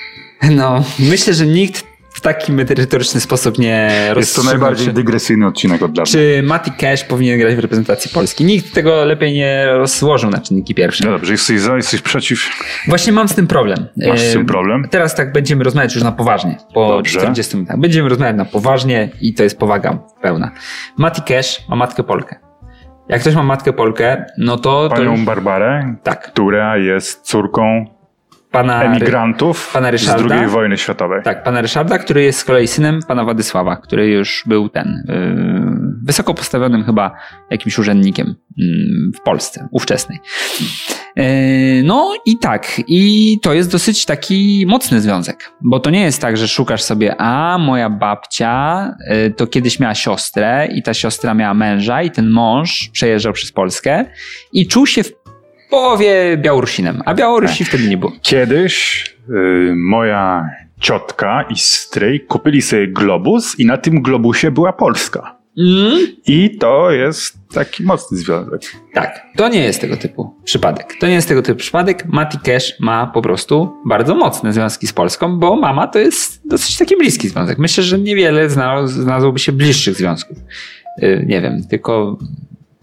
No, myślę, że nikt w taki merytoryczny sposób nie Jest to rozstrzygnął, najbardziej czy- dygresyjny odcinek od dawna. Czy Matty Cash powinien grać w reprezentacji Polski? Nikt tego lepiej nie rozłożył na czynniki pierwsze. No dobrze, jesteś za, jesteś przeciw. Właśnie mam z tym problem. Masz z tym E, problem? Teraz tak będziemy rozmawiać już na poważnie. Po Dobrze. czterdziestu minutach. Będziemy rozmawiać na poważnie i to jest powaga pełna. Matty Cash ma matkę Polkę. Jak ktoś ma matkę Polkę, no to... to Panią już, Barbarę, tak. która jest córką Pana, emigrantów pana z Ryszarda? drugiej wojny światowej. Tak, pana Ryszarda, który jest z kolei synem pana Władysława, który już był ten yy, wysoko postawionym chyba jakimś urzędnikiem yy, w Polsce ówczesnej. Yy, no i tak, i to jest dosyć taki mocny związek, bo to nie jest tak, że szukasz sobie, a moja babcia yy, to kiedyś miała siostrę i ta siostra miała męża i ten mąż przejeżdżał przez Polskę i czuł się w połowie Białorusinem, a Białorusi wtedy nie było. Kiedyś y, moja ciotka i stryj kupili sobie globus i na tym globusie była Polska. Mm? I to jest taki mocny związek. Tak, to nie jest tego typu przypadek. To nie jest tego typu przypadek. Matty Cash ma po prostu bardzo mocne związki z Polską, bo mama to jest dosyć taki bliski związek. Myślę, że niewiele znalazł, znalazłoby się bliższych związków. Yy, nie wiem, tylko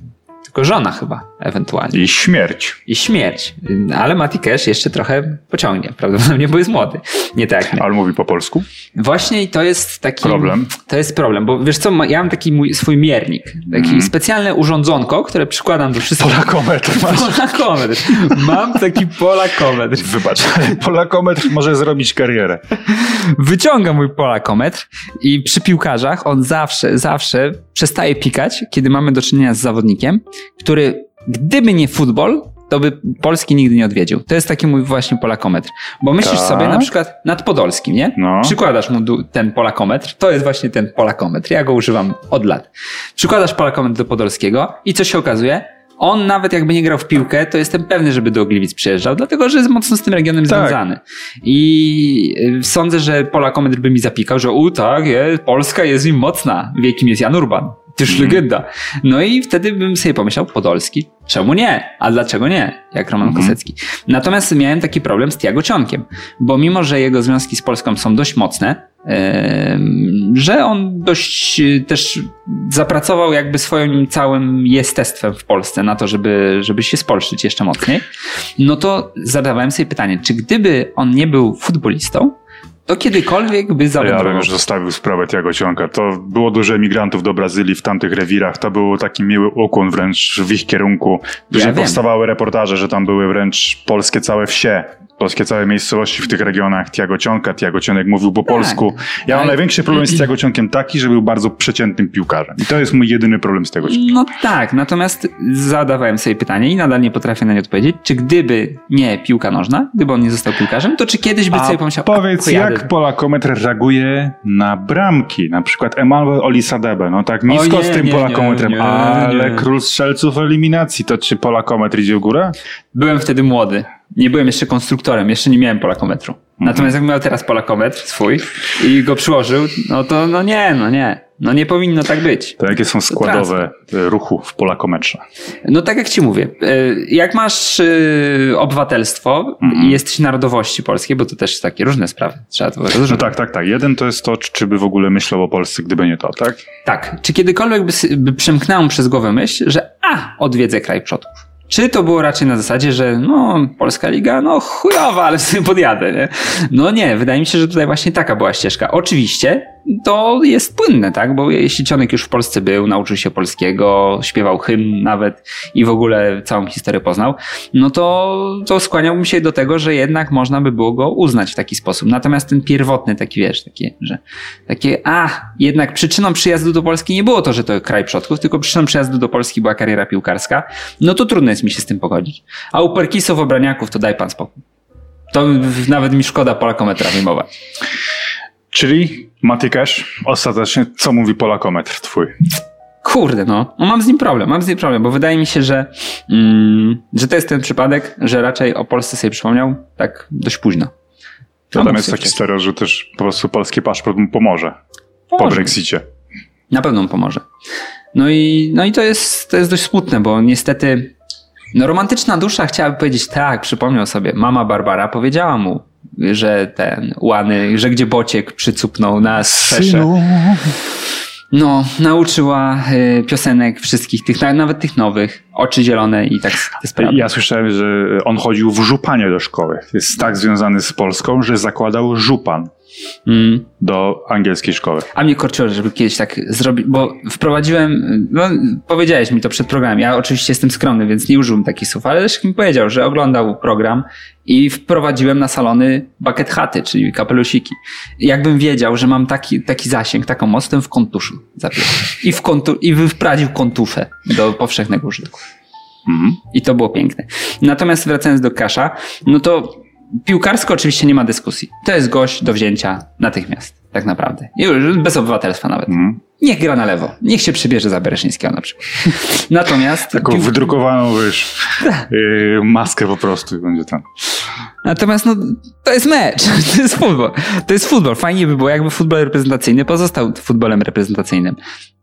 tylko żona chyba ewentualnie. I śmierć. I śmierć. Ale Mati Cash jeszcze trochę pociągnie, prawdopodobnie, bo jest młody. Nie tak. Nie. Ale mówi po polsku? Właśnie i to jest taki... Problem. To jest problem, bo wiesz co, ja mam taki mój swój miernik. Taki mm. specjalne urządzonko, które przykładam do wszystkich. Polakometr masz. Polakometr. Mam taki polakometr. Wybacz, polakometr może zrobić karierę. Wyciągam mój polakometr i przy piłkarzach on zawsze, zawsze przestaje pikać, kiedy mamy do czynienia z zawodnikiem, który gdyby nie futbol, to by Polski nigdy nie odwiedził. To jest taki mój właśnie polakometr. Bo myślisz tak. sobie na przykład nad Podolskim, nie? No. Przykładasz mu ten polakometr. To jest właśnie ten polakometr. Ja go używam od lat. Przykładasz polakometr do Podolskiego i co się okazuje? On nawet jakby nie grał w piłkę, to jestem pewny, żeby do Gliwic przyjeżdżał, dlatego że jest mocno z tym regionem tak. związany. I sądzę, że polakometr by mi zapikał, że u tak, jest, Polska jest im mocna. Wie, kim jest Jan Urban. Tyż mm. legenda. No i wtedy bym sobie pomyślał, Podolski, czemu nie? A dlaczego nie? Jak Roman mm. Kosecki. Natomiast miałem taki problem z Tiago Cionkiem, bo mimo, że jego związki z Polską są dość mocne, yy, że on dość też zapracował jakby swoim całym jestestwem w Polsce na to, żeby, żeby się spolszczyć jeszcze mocniej, no to zadawałem sobie pytanie, czy gdyby on nie był futbolistą, to kiedykolwiek by zawędrował. Ja bym już zostawił sprawę Tiago Cionka. To było dużo emigrantów do Brazylii w tamtych rewirach. To był taki miły ukłon wręcz w ich kierunku. Później ja powstawały reportaże, że tam były wręcz polskie całe wsie, polskie całe miejscowości w tych regionach. Tiago Cionka, Tiago Cionek mówił po tak. polsku. Ja mam tak. największy problem z Tiago Cionkiem taki, że był bardzo przeciętnym piłkarzem. I to jest mój jedyny problem z Tiago Cionkiem. No tak, natomiast zadawałem sobie pytanie i nadal nie potrafię na nie odpowiedzieć, czy gdyby nie piłka nożna, gdyby on nie został piłkarzem, to czy kiedyś by sobie pomyślał... powiedz, a, jak polakometr reaguje na bramki? Na przykład Emmanuel Olisadebe. No tak nisko nie, z tym nie, polakometrem, nie, nie, ale nie. król strzelców eliminacji. To czy polakometr idzie w górę? Byłem wtedy młody. Nie byłem jeszcze konstruktorem, jeszcze nie miałem polakometru. Natomiast jak miał teraz polakometr swój i go przyłożył, no to no nie, no nie. No nie powinno tak być. To jakie są składowe ruchu w polakometrze? No tak jak ci mówię, jak masz obywatelstwo mm. i jesteś narodowości polskiej, bo to też takie różne sprawy. Trzeba to rozróżnić. No tak, tak, tak. Jeden to jest to, czy by w ogóle myślał o Polsce, gdyby nie to, tak? Tak. Czy kiedykolwiek by, by przemknęło przez głowę myśl, że a, odwiedzę kraj przodków. Czy to było raczej na zasadzie, że no, Polska Liga, no chujowa, ale sobie podjadę, nie? No nie, wydaje mi się, że tutaj właśnie taka była ścieżka. Oczywiście to jest płynne, tak? Bo jeśli Cionek już w Polsce był, nauczył się polskiego, śpiewał hymn nawet i w ogóle całą historię poznał, no to, to skłaniałbym się do tego, że jednak można by było go uznać w taki sposób. Natomiast ten pierwotny taki, wiesz, takie, że takie, a, jednak przyczyną przyjazdu do Polski nie było to, że to kraj przodków, tylko przyczyną przyjazdu do Polski była kariera piłkarska, no to trudno jest mi się z tym pogodzić. A u Perkisów, Obraniaków to daj pan spokój. To nawet mi szkoda polakometra wyjmować. Czyli Mati Cash, ostatecznie co mówi polakometr twój? Kurde, no. no. Mam z nim problem, mam z nim problem, bo wydaje mi się, że, mm, że to jest ten przypadek, że raczej o Polsce sobie przypomniał tak dość późno. To tam jest taki stereotyp, że też po prostu polski paszport mu pomoże, pomoże po Brexicie. Na pewno mu pomoże. No i, no i to jest, to jest dość smutne, bo niestety no romantyczna dusza chciałaby powiedzieć tak, przypomniał sobie, mama Barbara powiedziała mu, że ten łany, że gdzie bociek przycupnął na strzesze. No, nauczyła y, piosenek wszystkich, tych, nawet tych nowych, Oczy zielone i tak te sprawy. Ja słyszałem, że on chodził w żupanie do szkoły. Jest tak związany z Polską, że zakładał żupan mm. do angielskiej szkoły. A mnie korciło, żeby kiedyś tak zrobić, bo wprowadziłem, no powiedziałeś mi to przed programem, ja oczywiście jestem skromny, więc nie użyłem takich słów, ale też mi powiedział, że oglądał program i wprowadziłem na salony bucket haty, czyli kapelusiki. Jakbym wiedział, że mam taki, taki zasięg, taką moc, to w kontuszu zapiął. I, w kontu, I wprawił kontuszę do powszechnego użytku. Mhm. I to było piękne. Natomiast wracając do Casha, no to piłkarsko oczywiście nie ma dyskusji. To jest gość do wzięcia natychmiast, tak naprawdę. I już bez obywatelstwa nawet. Mhm. Niech gra na lewo. Niech się przybierze za Bereszyńskiego na przykład. Natomiast... Taką pił... wydrukowaną, wiesz, yy, maskę po prostu i będzie tam. Natomiast no, to jest mecz. To jest futbol. To jest futbol. Fajnie by było, jakby futbol reprezentacyjny pozostał futbolem reprezentacyjnym.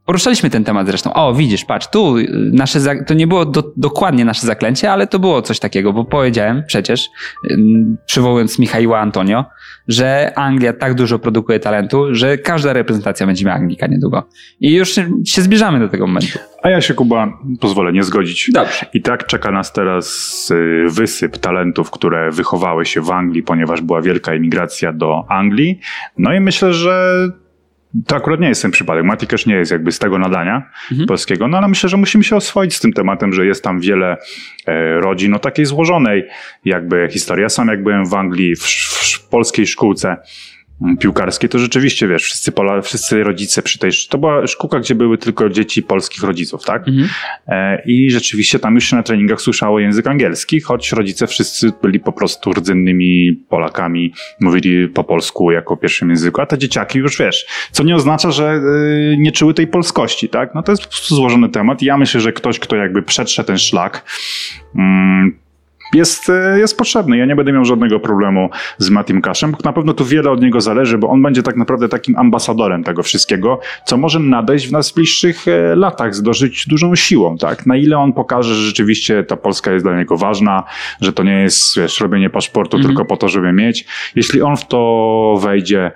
Poruszaliśmy ten temat zresztą. O, widzisz, patrz, tu nasze, za... to nie było do, dokładnie nasze zaklęcie, ale to było coś takiego, bo powiedziałem przecież, przywołując Michaiła Antonio, że Anglia tak dużo produkuje talentu, że każda reprezentacja będzie miała Anglika niedługo. I już się zbliżamy do tego momentu. A ja się, Kuba, pozwolę nie zgodzić. Dobrze. I tak czeka nas teraz wysyp talentów, które wychowały się w Anglii, ponieważ była wielka emigracja do Anglii. No i myślę, że to akurat nie jest ten przypadek. Mati też nie jest jakby z tego nadania mhm. polskiego, no ale myślę, że musimy się oswoić z tym tematem, że jest tam wiele e, rodzin o takiej złożonej jakby historii. Ja sam jak byłem w Anglii w, w polskiej szkółce piłkarskiej, to rzeczywiście, wiesz, wszyscy, Pola, wszyscy rodzice przy tej, to była szkółka, gdzie były tylko dzieci polskich rodziców, tak? Mhm. E, I rzeczywiście tam już się na treningach słyszało język angielski, choć rodzice wszyscy byli po prostu rdzennymi Polakami, mówili po polsku jako pierwszym języku, a te dzieciaki już, wiesz, co nie oznacza, że y, nie czuły tej polskości, tak? No to jest po prostu złożony temat i ja myślę, że ktoś, kto jakby przetrze ten szlak, mm, Jest, jest potrzebny. Ja nie będę miał żadnego problemu z Matim Cashem, bo na pewno tu wiele od niego zależy, bo on będzie tak naprawdę takim ambasadorem tego wszystkiego, co może nadejść w najbliższych latach, zdożyć dużą siłą, tak? Na ile on pokaże, że rzeczywiście ta Polska jest dla niego ważna, że to nie jest, wiesz, robienie paszportu mm-hmm. tylko po to, żeby mieć. Jeśli on w to wejdzie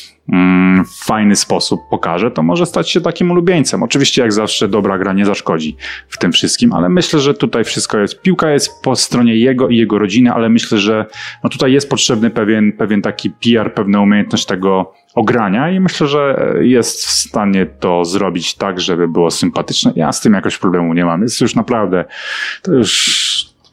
w fajny sposób pokaże, to może stać się takim ulubieńcem. Oczywiście jak zawsze dobra gra nie zaszkodzi w tym wszystkim, ale myślę, że tutaj wszystko jest, piłka jest po stronie jego i jego rodziny, ale myślę, że no tutaj jest potrzebny pewien, pewien taki P R, pewna umiejętność tego ogrania i myślę, że jest w stanie to zrobić tak, żeby było sympatyczne. Ja z tym jakoś problemu nie mam. Jest już naprawdę, to już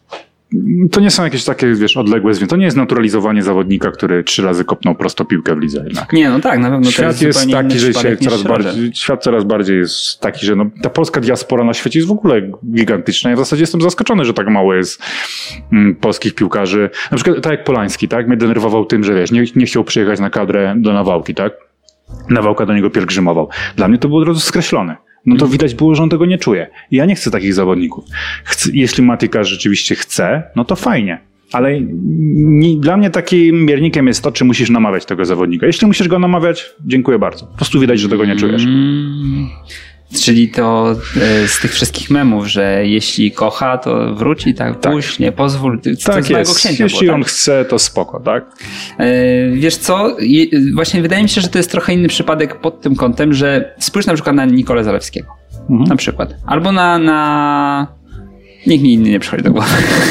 to nie są jakieś takie, wiesz, odległe zwierzęta. To nie jest naturalizowanie zawodnika, który trzy razy kopnął prosto piłkę w lidze. Jednak. Nie, no tak, na pewno świat to jest, jest taki, że się coraz bardziej, świat coraz bardziej jest taki, że no, ta polska diaspora na świecie jest w ogóle gigantyczna. Ja w zasadzie jestem zaskoczony, że tak mało jest mm, polskich piłkarzy. Na przykład tak jak Polański, tak? Mnie denerwował tym, że wiesz, nie, nie chciał przyjechać na kadrę do Nawałki, tak? Nawałka do niego pielgrzymował. Dla mnie to było od razu skreślone. No to widać było, że on tego nie czuje. I ja nie chcę takich zawodników. Chcę, jeśli Mati Cash rzeczywiście chce, no to fajnie. Ale nie, dla mnie takim miernikiem jest to, czy musisz namawiać tego zawodnika. Jeśli musisz go namawiać, dziękuję bardzo. Po prostu widać, że tego nie czujesz. Mm. Czyli to e, z tych wszystkich memów, że jeśli kocha, to wróci, tak, tak. Puść, nie pozwól. To tak jest. Księcia jeśli było, on tak? chce, to spoko, tak? E, wiesz co, Je, właśnie wydaje mi się, że to jest trochę inny przypadek pod tym kątem, że spójrz na przykład na Nikolę Zalewskiego. Mhm. Na przykład. Albo na, na... Nikt mi inny nie przychodzi do głowy.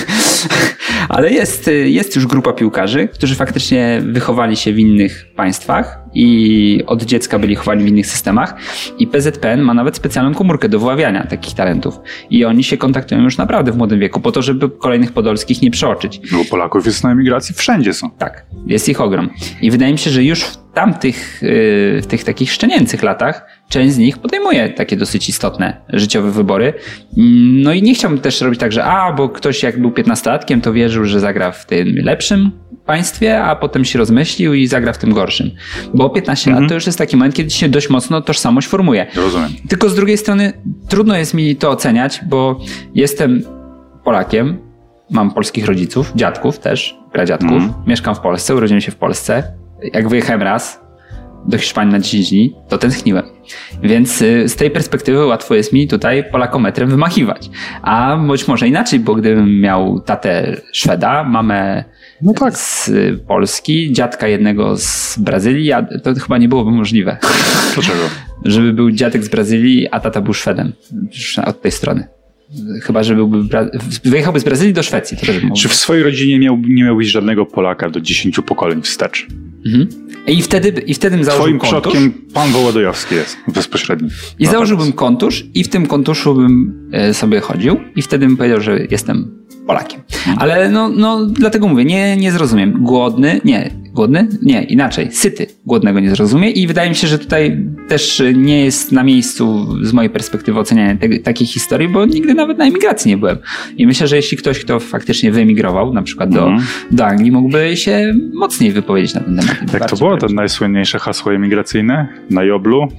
Ale jest, jest już grupa piłkarzy, którzy faktycznie wychowali się w innych państwach i od dziecka byli chowani w innych systemach i P Z P N ma nawet specjalną komórkę do wyławiania takich talentów i oni się kontaktują już naprawdę w młodym wieku po to, żeby kolejnych podolskich nie przeoczyć. No Polaków jest na emigracji, wszędzie są. Tak, jest ich ogrom i wydaje mi się, że już w tamtych, w tych takich szczenięcych latach część z nich podejmuje takie dosyć istotne życiowe wybory. No i nie chciałbym też robić tak, że a, bo ktoś jak był piętnastolatkiem, to wierzył, że zagra w tym lepszym państwie, a potem się rozmyślił i zagra w tym gorszym. Bo piętnaście mhm. lat to już jest taki moment, kiedy się dość mocno tożsamość formuje. Rozumiem. Tylko z drugiej strony trudno jest mi to oceniać, bo jestem Polakiem, mam polskich rodziców, dziadków też, pradziadków, mhm. mieszkam w Polsce, urodziłem się w Polsce. Jak wyjechałem raz do Hiszpanii na dziesięć dni, to tęskniłem. Więc z tej perspektywy łatwo jest mi tutaj polakometrem wymachiwać. A być może inaczej, bo gdybym miał tatę Szweda, mamę no tak. z Polski, dziadka jednego z Brazylii, to chyba nie byłoby możliwe. Dlaczego? Żeby był dziadek z Brazylii, a tata był Szwedem. Od tej strony. Chyba, że byłby Bra- wyjechałby z Brazylii do Szwecji. To też Czy w swojej rodzinie miał, nie miałbyś żadnego Polaka do dziesięciu pokoleń wstecz? Mhm. I wtedy, i wtedy bym założył Twoim kontusz. przodkiem pan Wołodyjowski jest bezpośredni. I no założyłbym kontusz i w tym kontuszu bym sobie chodził i wtedy bym powiedział, że jestem Polakiem. Hmm. Ale no, no dlatego mówię, nie, nie zrozumiem. Głodny, nie, głodny? Nie, inaczej. Syty głodnego nie zrozumie i wydaje mi się, że tutaj też nie jest na miejscu z mojej perspektywy oceniania te, takiej historii, bo nigdy nawet na emigracji nie byłem. I myślę, że jeśli ktoś, kto faktycznie wyemigrował, na przykład do, hmm. do Anglii, mógłby się mocniej wypowiedzieć na ten temat. Jak to było? To najsłynniejsze hasło emigracyjne na Joblu?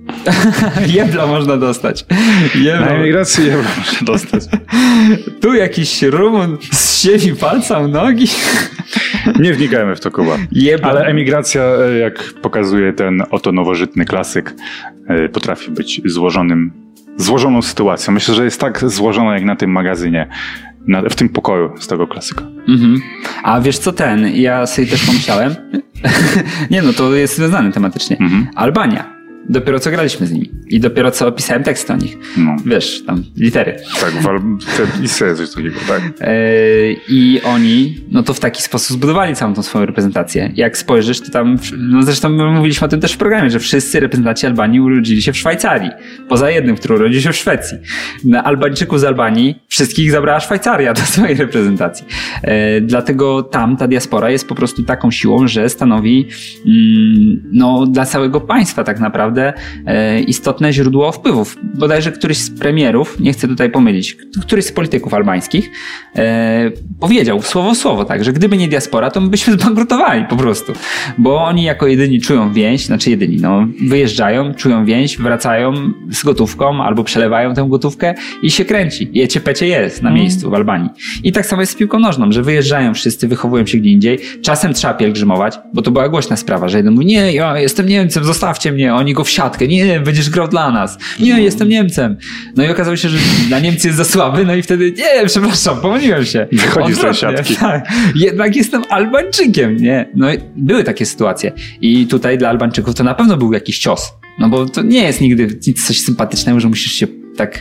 Jebla można dostać. Jebla. Na emigracji jebla można dostać. Tu jakiś Rumun zsiedzi palca u nogi. Nie wnikajmy w to, Kuba. Jebla. Ale emigracja, jak pokazuje ten oto nowożytny klasyk, potrafi być złożonym, złożoną sytuacją. Myślę, że jest tak złożona jak na tym magazynie, na, w tym pokoju z tego klasyka. Mhm. A wiesz co, ten, ja sobie też pomyślałem, nie no, to jest związane tematycznie. Mhm. Albania. Dopiero co graliśmy z nimi. I dopiero co opisałem tekst o nich. No. Wiesz, tam litery. Tak, istnieje coś takiego, tak. Yy, I oni, no to w taki sposób zbudowali całą tą swoją reprezentację. Jak spojrzysz, to tam, no zresztą mówiliśmy o tym też w programie, że wszyscy reprezentanci Albanii urodzili się w Szwajcarii. Poza jednym, który urodził się w Szwecji. Na Albańczyków z Albanii wszystkich zabrała Szwajcaria do swojej reprezentacji. Yy, dlatego tam ta diaspora jest po prostu taką siłą, że stanowi mm, no dla całego państwa tak naprawdę E, istotne źródło wpływów. Bodajże któryś z premierów, nie chcę tutaj pomylić, któryś z polityków albańskich e, powiedział słowo słowo tak, że gdyby nie diaspora, to my byśmy zbankrutowali po prostu. Bo oni jako jedyni czują więź, znaczy jedyni, no wyjeżdżają, czują więź, wracają z gotówką albo przelewają tę gotówkę i się kręci. Jecie pecie jest na miejscu w Albanii. I tak samo jest z piłką nożną, że wyjeżdżają wszyscy, wychowują się gdzie indziej. Czasem trzeba pielgrzymować, bo to była głośna sprawa, że jeden mówi, nie, ja jestem Niemcem, zostawcie mnie, oni go w siatkę, nie, będziesz grał dla nas, nie, jestem Niemcem. No i okazało się, że dla Niemcy jest za słaby, no i wtedy, nie, przepraszam, pomyliłem się. Wychodzi z tej siatki. Tak, jednak jestem Albańczykiem, nie. No i były takie sytuacje i tutaj dla Albańczyków to na pewno był jakiś cios, no bo to nie jest nigdy nic coś sympatycznego, że musisz się tak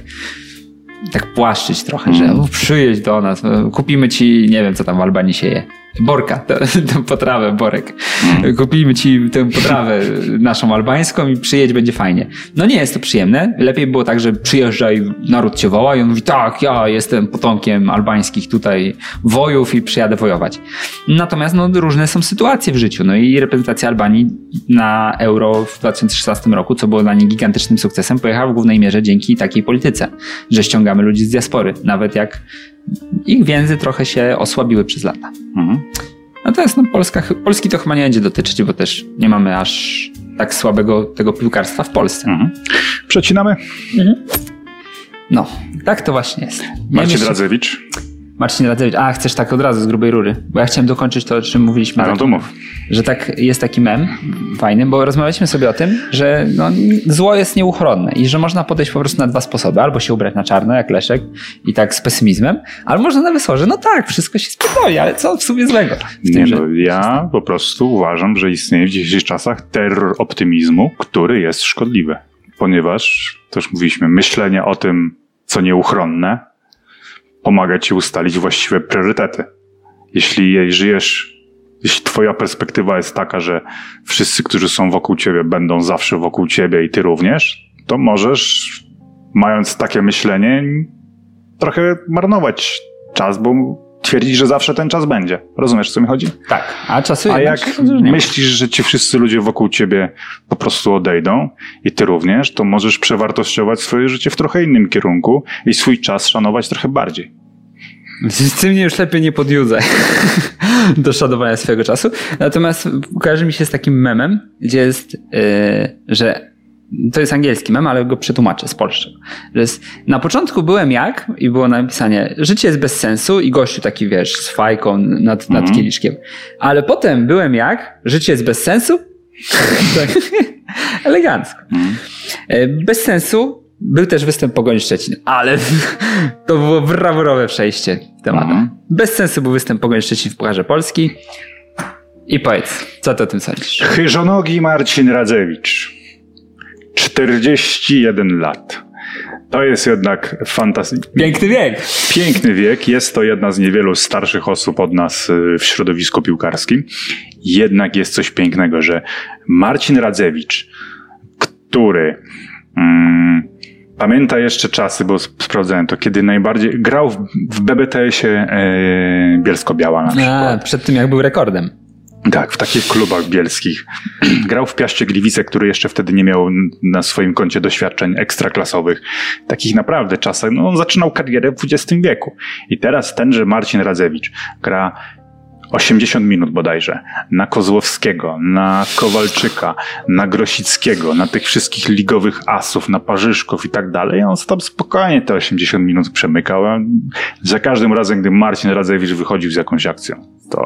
tak płaszczyć trochę, mm. że przyjedź do nas, kupimy ci, nie wiem co tam w Albanii się je. Borka, tę, tę potrawę, borek. Mm. Kupimy ci tę potrawę naszą albańską i przyjedź, będzie fajnie. No nie jest to przyjemne. Lepiej było tak, że przyjeżdża i naród cię woła i on mówi, tak, ja jestem potomkiem albańskich tutaj wojów i przyjadę wojować. Natomiast no, różne są sytuacje w życiu. No i reprezentacja Albanii na Euro w dwa tysiące szesnastym roku, co było dla nich gigantycznym sukcesem, pojechała w głównej mierze dzięki takiej polityce, że ściągamy ludzi z diaspory. Nawet jak ich więzy trochę się osłabiły przez lata. Mhm. Natomiast no, Polska, Polski to chyba nie będzie dotyczyć, bo też nie mamy aż tak słabego tego piłkarstwa w Polsce. Mhm. Przecinamy? Mhm. No, tak to właśnie jest. Marcin jeszcze... Radzewicz. Marcin Radzewicz. A, chcesz tak od razu z grubej rury? Bo ja chciałem dokończyć to, o czym mówiliśmy. A, no to mów. Że tak jest taki mem fajny, bo rozmawialiśmy sobie o tym, że no, zło jest nieuchronne i że można podejść po prostu na dwa sposoby. Albo się ubrać na czarno, jak Leszek i tak z pesymizmem, albo można na wesoło, że no tak, wszystko się spierdoli, ale co w sumie złego? W tym, Nie, że... no, ja po prostu uważam, że istnieje w dzisiejszych czasach terror optymizmu, który jest szkodliwy. Ponieważ, to już mówiliśmy, myślenie o tym, co nieuchronne, pomaga ci ustalić właściwe priorytety. Jeśli żyjesz, jeśli twoja perspektywa jest taka, że wszyscy, którzy są wokół ciebie, będą zawsze wokół ciebie i ty również, to możesz, mając takie myślenie, trochę marnować czas, bo twierdzić, że zawsze ten czas będzie. Rozumiesz, o co mi chodzi? Tak. A czasu A jak myślisz, że ci wszyscy ludzie wokół ciebie po prostu odejdą i ty również, to możesz przewartościować swoje życie w trochę innym kierunku i swój czas szanować trochę bardziej. Ty mnie już lepiej nie podjudzaj do szanowania swojego czasu. Natomiast kojarzy mi się z takim memem, gdzie jest, yy, że to jest angielski mem, ale go przetłumaczę z polskiego. Że jest, na początku byłem jak i było napisane, życie jest bez sensu i gościu taki, wiesz, z fajką nad, nad mm. kieliszkiem. Ale potem byłem jak, życie jest bez sensu. Elegancko. Mm. Bez sensu był też występ Pogoni Szczecin, ale to było brawurowe przejście tematu. Mm. Bez sensu był występ Pogoni Szczecin w Pucharze Polski. I powiedz, co ty o tym sądzisz? Chyżonogi Marcin Radzewicz. czterdzieści jeden lat. To jest jednak fantastyczny. Piękny wiek. Piękny wiek. Jest to jedna z niewielu starszych osób od nas w środowisku piłkarskim. Jednak jest coś pięknego, że Marcin Radzewicz, który mm, pamięta jeszcze czasy, bo sprawdzałem to, kiedy najbardziej grał w, w B B T S-ie e, Bielsko-Biała na przykład. A, przed tym jak był rekordem. Tak, w takich klubach bielskich. Grał w Piaście Gliwice, który jeszcze wtedy nie miał na swoim koncie doświadczeń ekstraklasowych. Takich naprawdę czasach. No, on zaczynał karierę w dwudziestym wieku. I teraz tenże Marcin Radzewicz gra osiemdziesiąt minut bodajże na Kozłowskiego, na Kowalczyka, na Grosickiego, na tych wszystkich ligowych asów, na Parzyszków i tak dalej. On tam spokojnie te osiemdziesiąt minut przemykał. Za każdym razem, gdy Marcin Radzewicz wychodził z jakąś akcją, to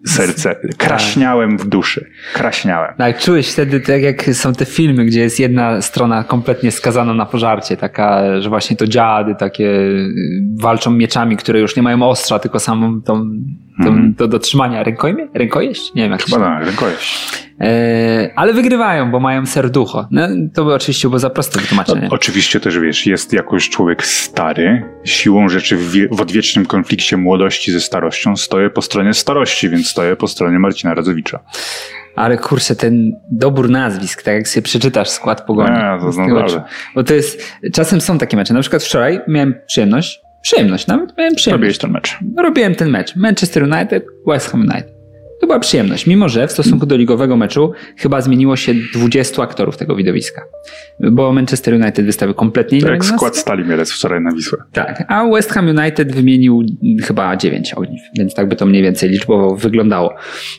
serce. Kraśniałem w duszy. Kraśniałem. Tak, czułeś wtedy, tak jak są te filmy, gdzie jest jedna strona kompletnie skazana na pożarcie, taka, że właśnie to dziady takie walczą mieczami, które już nie mają ostrza, tylko samą tą, tą mm. do, do trzymania rękojmie? Rękojeść? Nie wiem jak Chyba to się... tak, rękojeść. E, ale wygrywają, bo mają serducho. No, to by oczywiście było za proste wytłumaczenie. No, oczywiście też wiesz, jest jakoś człowiek stary, siłą rzeczy w, wie, w odwiecznym konflikcie młodości ze starością stoję po stronie starości, więc stoję po stronie Marcina Radzewicza. Ale kurczę, ten dobór nazwisk, tak jak sobie przeczytasz skład Pogoni. Nie, to naprawdę. Bo to jest, czasem są takie mecze. Na przykład wczoraj miałem przyjemność, przyjemność nawet, miałem przyjemność. Robiłeś ten mecz. Robiłem ten mecz. Manchester United, West Ham United. To była przyjemność, mimo że w stosunku do ligowego meczu chyba zmieniło się dwudziestu aktorów tego widowiska. Bo Manchester United wystawił kompletnie inny. Tak jak skład Stali Mielec wczoraj na Wisłę. Tak, a West Ham United wymienił chyba dziewięć ogniw, więc tak by to mniej więcej liczbowo wyglądało.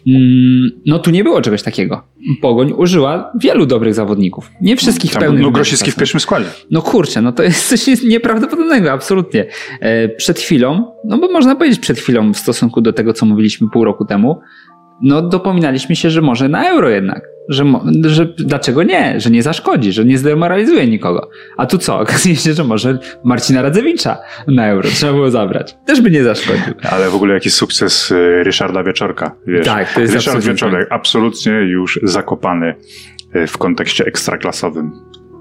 No tu nie było czegoś takiego. Pogoń użyła wielu dobrych zawodników. Nie wszystkich Tam pełnych. No Grosicki w pierwszym składzie. No kurczę, no to jest coś nieprawdopodobnego, absolutnie. Przed chwilą, no bo można powiedzieć przed chwilą w stosunku do tego, co mówiliśmy pół roku temu, no dopominaliśmy się, że może na euro jednak. Że, że dlaczego nie? Że nie zaszkodzi, że nie zdemoralizuje nikogo. A tu co? Okazuje się, że może Marcina Radzewicza na euro trzeba było zabrać. Też by nie zaszkodził. Ale w ogóle jaki sukces Ryszarda Wieczorka. Wiesz, tak, to jest Ryszard Wieczorek absolutnie już zakopany w kontekście ekstraklasowym.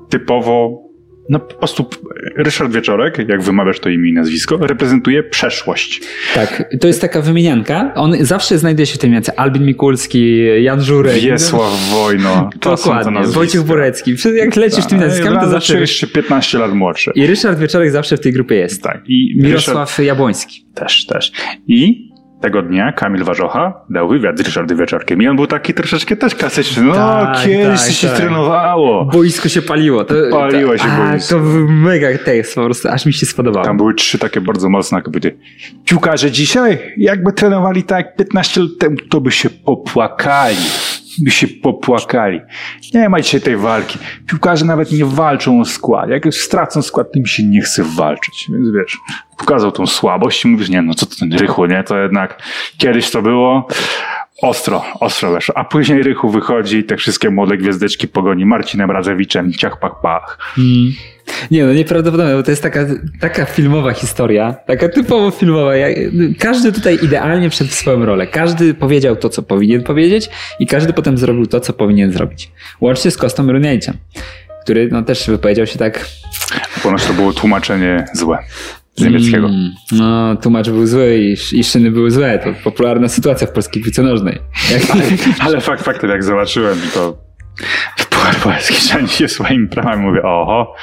Typowo no po prostu Ryszard Wieczorek, jak wymawiasz to imię i nazwisko, reprezentuje przeszłość. Tak, to jest taka wymienianka. On zawsze znajduje się w tym miance. Albin Mikulski, Jan Żurek. Wiesław Wojno. To dokładnie. Wojciech Burecki. Jak lecisz tym nazwiskami, to zawsze... jeszcze piętnaście lat młodszy. I Ryszard Wieczorek zawsze w tej grupie jest. Tak. I Mirosław Ryszard... Jabłoński. Też, też. I tego dnia Kamil Warzocha dał wywiad z Ryszardem Wieczorkiem i on był taki troszeczkę też klasyczny. No, tak, kiedyś tak, się tak. trenowało. Boisko się paliło. To, Paliło się a, boisko. To mega tekst, po prostu aż mi się spodobało. Tam były trzy takie bardzo mocne kobiety. Piłkarze dzisiaj, jakby trenowali tak jak piętnaście lat temu, to by się popłakali. By się popłakali. Nie ma dzisiaj tej walki. Piłkarze nawet nie walczą o skład. Jak już stracą skład, tym się nie chce walczyć. Więc wiesz, pokazał tą słabość i mówisz, nie no, co to ten Rychu, nie? To jednak kiedyś to było ostro, ostro weszło. A później Rychu wychodzi i te wszystkie młode gwiazdeczki pogoni Marcinem Radzewiczem, ciach, pach, pach. Hmm. Nie no, nieprawdopodobne, bo to jest taka, taka filmowa historia, taka typowo filmowa. Każdy tutaj idealnie wszedł w swoją rolę. Każdy powiedział to, co powinien powiedzieć i każdy potem zrobił to, co powinien zrobić. Łącznie z Kostą Runiajcem, który no, też wypowiedział się tak... Ponoć to było tłumaczenie złe. Z niemieckiego. Mm, no, tłumacz był zły i, i szyny były złe. To popularna sytuacja w polskiej piłce nożnej. Ale, ale fakt faktem, jak zobaczyłem, to w Puchar Polski rządzi się swoimi prawami. Mówię, oho,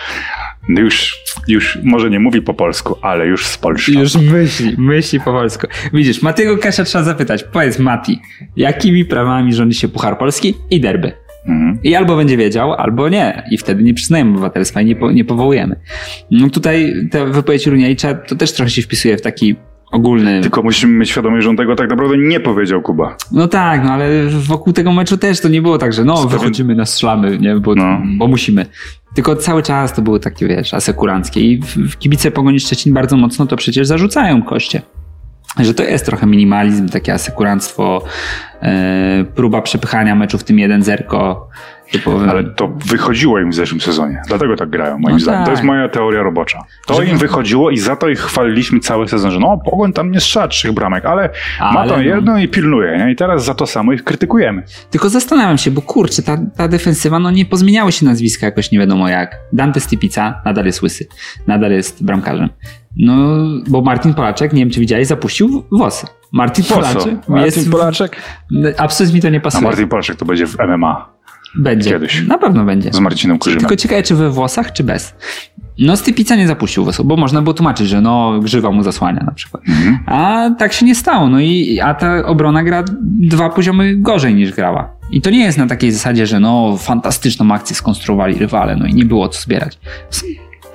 już, już może nie mówi po polsku, ale już z Polski. Już myśli, myśli po polsku. Widzisz, Matiego Kasia trzeba zapytać. Powiedz Mati, jakimi prawami rządzi się Puchar Polski i derby? Mhm. I albo będzie wiedział, albo nie. I wtedy nie przyznajemy obywatelstwa i nie, po, nie powołujemy. No tutaj ta wypowiedź Runiajcza to też trochę się wpisuje w taki ogólny... Tylko musimy mieć świadomość, że on tego tak naprawdę nie powiedział, Kuba. No tak, no ale wokół tego meczu też to nie było tak, że no Stawię... wychodzimy, nastrzelamy, nie? Bo, no. bo musimy. Tylko cały czas to były takie, wiesz, asekuranckie. I w, w kibice Pogoni Szczecin bardzo mocno to przecież zarzucają Koście. Że to jest trochę minimalizm, takie asekuranstwo, yy, próba przepychania meczu w tym jeden zero. Typowy. Ale to wychodziło im w zeszłym sezonie. Dlatego tak grają, moim no zdaniem. Tak. To jest moja teoria robocza. To że... im wychodziło i za to ich chwaliliśmy cały sezon, że no Pogoń tam nie strzela trzech bramek, ale, ale ma tam no. jedno i pilnuje. Nie? I teraz za to samo ich krytykujemy. Tylko zastanawiam się, bo kurczę, ta, ta defensywa, no nie pozmieniały się nazwiska jakoś nie wiadomo jak. Dante Stypica nadal jest łysy. Nadal jest bramkarzem. No, bo Martin Polaczek, nie wiem czy widziałeś, zapuścił włosy. Martin Polaczek. Martin jest... Polaczek? Absolutnie mi to nie pasuje. A Martin Polaczek to będzie w M M A. Będzie. Kiedyś. Na pewno będzie. Z Marcinem Kurzymem. Tylko ciekawe, czy we włosach, czy bez. No Stypica nie zapuścił włosów, bo można było tłumaczyć, że no grzywa mu zasłania na przykład. Mhm. A tak się nie stało. No i a ta obrona gra dwa poziomy gorzej niż grała. I to nie jest na takiej zasadzie, że no fantastyczną akcję skonstruowali rywale, no i nie było co zbierać.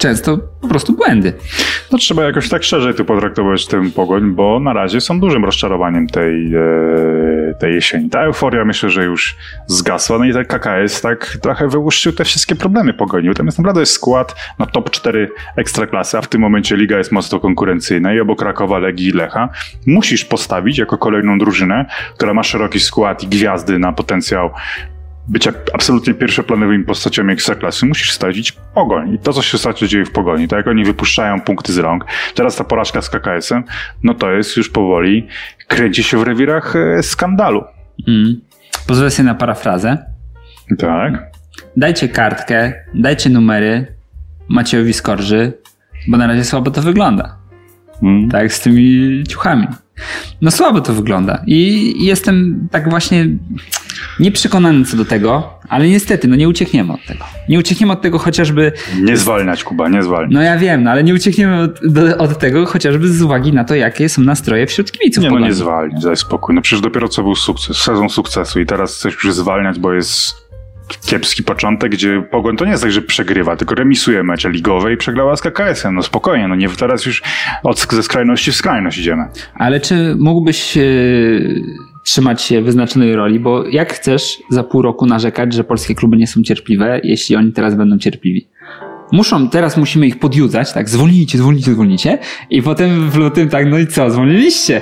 często po prostu błędy. No trzeba jakoś tak szerzej tu potraktować tę Pogoń, bo na razie są dużym rozczarowaniem tej, e, tej jesieni. Ta euforia myślę, że już zgasła, no i tak K K S tak trochę wyłuszczył te wszystkie problemy Pogoni, bo tam jest naprawdę skład na top cztery Ekstraklasy, a w tym momencie liga jest mocno konkurencyjna i obok Krakowa, Legii i Lecha musisz postawić jako kolejną drużynę, która ma szeroki skład i gwiazdy na potencjał bycia absolutnie pierwszoplanowymi postaciami Ekstraklasy, musisz stawić Pogoń. I to, co się ostatnio dzieje w Pogoni, tak jak oni wypuszczają punkty z rąk, teraz ta porażka z K K S-em, no to jest już powoli, kręci się w rewirach e, skandalu. Mm. Pozwolę sobie na parafrazę. Tak. Dajcie kartkę, dajcie numery Maciejowi Skorży, bo na razie słabo to wygląda. Mm. Tak jak z tymi ciuchami. No słabo to wygląda. I jestem tak właśnie nieprzekonany co do tego, ale niestety, no nie uciekniemy od tego. Nie uciekniemy od tego chociażby... Nie zwalniać, Kuba, nie zwalniać. No ja wiem, no ale nie uciekniemy od, do, od tego chociażby z uwagi na to, jakie są nastroje wśród kibiców. Nie, no nie zwalniać, daj spokój. No przecież dopiero co był sukces, sezon sukcesu i teraz chcesz już zwalniać, bo jest kiepski początek, gdzie Pogoń to nie jest tak, że przegrywa, tylko remisuje mecze ligowe i przegrała z K K S-em. No spokojnie, no nie teraz już od, ze skrajności w skrajność idziemy. Ale czy mógłbyś... Yy... trzymać się wyznaczonej roli, bo jak chcesz za pół roku narzekać, że polskie kluby nie są cierpliwe, jeśli oni teraz będą cierpliwi? Muszą, teraz musimy ich podjudzać, tak, zwolnijcie, zwolnijcie, zwolnijcie i potem w lutym tak, no i co, zwolniliście?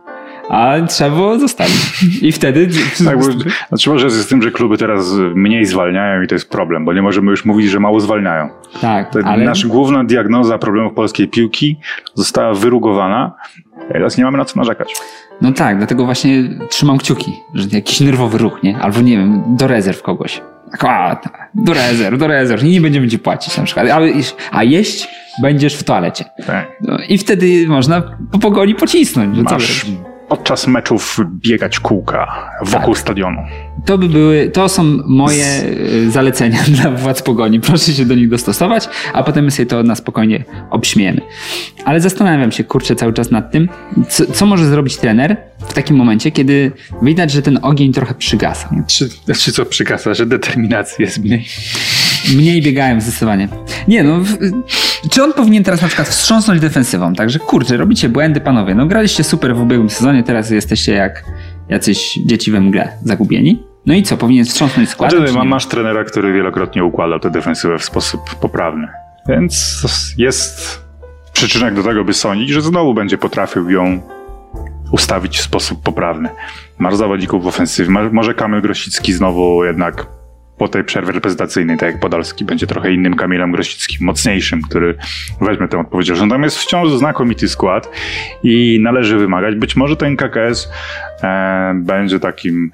A trzeba było zostawić. I wtedy... Tak, bo, znaczy może z tym, że kluby teraz mniej zwalniają i to jest problem, bo nie możemy już mówić, że mało zwalniają. Tak, to ale... Nasza główna diagnoza problemów polskiej piłki została wyrugowana i teraz nie mamy na co narzekać. No tak, dlatego właśnie trzymam kciuki, że jakiś nerwowy ruch, nie? Albo nie wiem, do rezerw kogoś. A, do rezerw, do rezerw. I nie będziemy ci płacić na przykład. A, a jeść będziesz w toalecie. Tak. No, i wtedy można po Pogoni pocisnąć. Że Masz podczas meczów biegać kółka wokół tak. stadionu. To by były, to są moje zalecenia dla władz Pogoni. Proszę się do nich dostosować, a potem my sobie to na spokojnie obśmiejemy. Ale zastanawiam się, kurczę, cały czas nad tym, co, co może zrobić trener w takim momencie, kiedy widać, że ten ogień trochę przygasa. Czy, czy co przygasa, że determinacji jest mniej? Mniej biegają zdecydowanie. Nie no, w, czy on powinien teraz na przykład wstrząsnąć defensywą, także kurczę, robicie błędy panowie, no graliście super w ubiegłym sezonie, teraz jesteście jak jacyś dzieci we mgle zagubieni. No i co, powinien wstrząsnąć składem? Znaczy, masz trenera, który wielokrotnie układał tę defensywę w sposób poprawny, więc jest przyczynek do tego, by sądzić, że znowu będzie potrafił ją ustawić w sposób poprawny. Masz zawodników w ofensywie, może Kamil Grosicki znowu jednak po tej przerwie reprezentacyjnej, tak jak Podolski, będzie trochę innym Kamilem Grosickim, mocniejszym, który weźmie tę odpowiedzialność. Tam jest wciąż znakomity skład i należy wymagać. Być może ten K K S e, będzie takim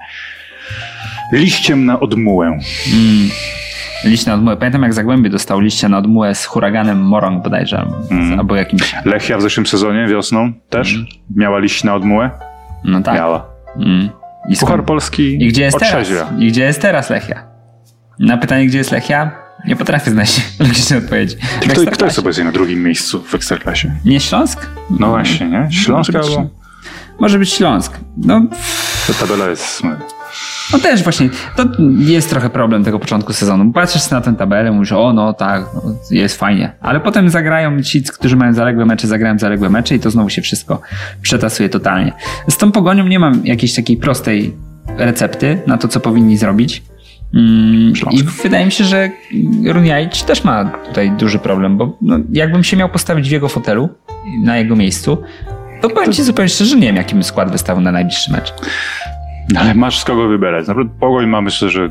liściem na odmułę. Mm. Liść na odmułę. Pamiętam, jak Zagłębie dostał liścia na odmułę z Huraganem Morąg bodajże, mm. albo jakimś... Lechia w zeszłym sezonie, wiosną też mm. miała liść na odmułę? No tak. Miała. Mm. I Puchar Polski I gdzie jest otrzeźwia. teraz? I gdzie jest teraz Lechia? Na pytanie, gdzie jest Lechia, nie potrafię znaleźć logicznej odpowiedzi. Kto, kto jest obecnie na drugim miejscu w Ekstraklasie? Nie Śląsk? No właśnie, nie? Śląsk może albo... Być, może być Śląsk. No, ta tabela jest... No też właśnie, to jest trochę problem tego początku sezonu. Patrzysz na tę tabelę, mówisz, o no tak, no, jest fajnie. Ale potem zagrają ci, którzy mają zaległe mecze, zagrają zaległe mecze i to znowu się wszystko przetasuje totalnie. Z tą Pogonią nie mam jakiejś takiej prostej recepty na to, co powinni zrobić. Mm, I wydaje mi się, że Runjaić też ma tutaj duży problem, bo no, jakbym się miał postawić w jego fotelu, na jego miejscu, to powiem ci zupełnie szczerze, że nie wiem, jaki bym skład wystawił na najbliższy mecz. Ale masz z kogo wybierać. Naprawdę Pogoń ma, myślę, że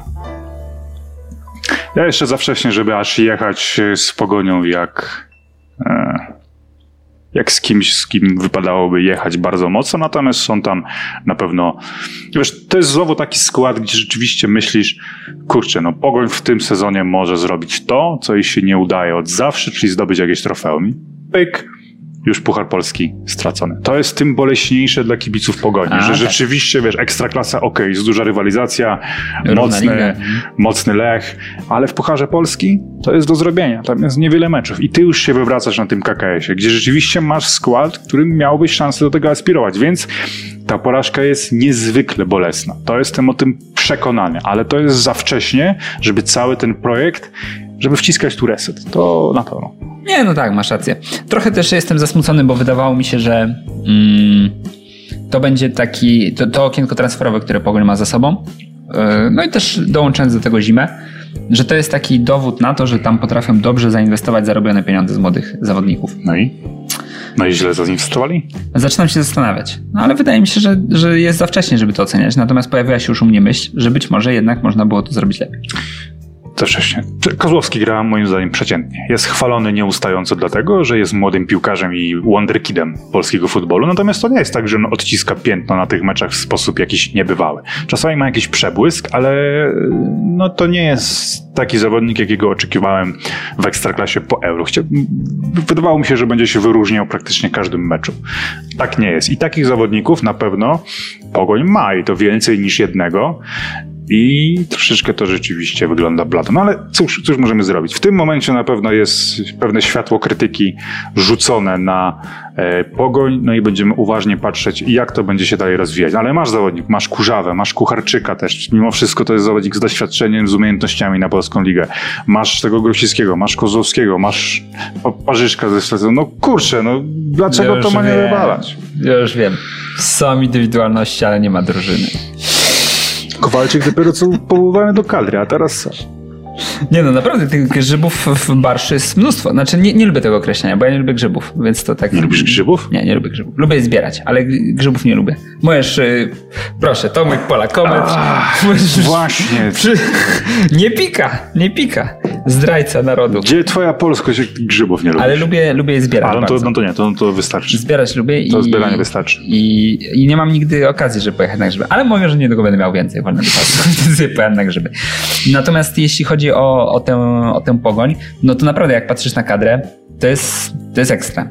ja jeszcze za wcześnie, żeby aż jechać z Pogonią jak e, jak z kimś, z kim wypadałoby jechać bardzo mocno, natomiast są tam na pewno, wiesz, to jest znowu taki skład, gdzie rzeczywiście myślisz, kurczę, no Pogoń w tym sezonie może zrobić to, co jej się nie udaje od zawsze, czyli zdobyć jakieś trofeum. Pyk, już Puchar Polski stracony. To jest tym boleśniejsze dla kibiców Pogoni, A, że tak. rzeczywiście, wiesz, Ekstraklasa, okej, okay, jest duża rywalizacja, mocny, mocny Lech, ale w Pucharze Polski to jest do zrobienia. Tam jest niewiele meczów i ty już się wywracasz na tym K K S-ie, gdzie rzeczywiście masz skład, którym miałbyś szansę do tego aspirować, więc ta porażka jest niezwykle bolesna. To jestem o tym przekonany, ale to jest za wcześnie, żeby cały ten projekt żeby wciskać tu reset. To na pewno. Nie, no tak, masz rację. Trochę też jestem zasmucony, bo wydawało mi się, że mm, to będzie taki, to, to okienko transferowe, które Pogoń ma za sobą, yy, no i też dołączając do tego zimę, że to jest taki dowód na to, że tam potrafią dobrze zainwestować zarobione pieniądze z młodych zawodników. No i? No i źle zainwestowali? Zaczynam się zastanawiać. No ale wydaje mi się, że, że jest za wcześnie, żeby to oceniać. Natomiast pojawiła się już u mnie myśl, że być może jednak można było to zrobić lepiej. Za wcześnie. Kozłowski gra moim zdaniem przeciętnie. Jest chwalony nieustająco dlatego, że jest młodym piłkarzem i wonderkidem polskiego futbolu. Natomiast to nie jest tak, że on odciska piętno na tych meczach w sposób jakiś niebywały. Czasami ma jakiś przebłysk, ale no to nie jest taki zawodnik, jakiego oczekiwałem w Ekstraklasie po Euro. Chcia... Wydawało mi się, że będzie się wyróżniał praktycznie każdym meczu. Tak nie jest. I takich zawodników na pewno Pogoń ma i to więcej niż jednego. I troszeczkę to rzeczywiście wygląda blado. No ale cóż, cóż możemy zrobić? W tym momencie na pewno jest pewne światło krytyki rzucone na e, Pogoń, no i będziemy uważnie patrzeć, jak to będzie się dalej rozwijać. Ale masz zawodnik, masz Kurzawę, masz Kucharczyka też. Mimo wszystko to jest zawodnik z doświadczeniem, z umiejętnościami na polską ligę. Masz tego Grosickiego, masz Kozłowskiego, masz Parzyszka ze Szwecją. No kurczę, no dlaczego to ma nie wywalać? Ja już wiem. Są indywidualności, ale nie ma drużyny. Kowalczyk dopiero co powołany do kadry, a teraz co? Nie no, naprawdę tych grzybów w Barszy jest mnóstwo. Znaczy nie, nie lubię tego określenia, bo ja nie lubię grzybów, więc to tak... Nie lubisz grzybów? Nie, nie lubię grzybów. Lubię je zbierać, ale grzybów nie lubię. Możesz, yy, proszę, Tomek Polakomet. Właśnie. Przy... Nie pika, nie pika. Zdrajca narodu. Gdzie twoja polskość, jak grzybów nie lubisz? Ale lubię, lubię je zbierać. A, no, to, no to nie, to, to wystarczy. Zbierać lubię i... To zbieranie wystarczy. I, I nie mam nigdy okazji, żeby pojechać na grzyby. Ale mówię, że niedługo będę miał więcej wolnego czasu, więc pojadę na grzyby. Natomiast jeśli chodzi o, o, tę, o tę Pogoń, no to naprawdę jak patrzysz na kadrę, to jest, to jest ekstra.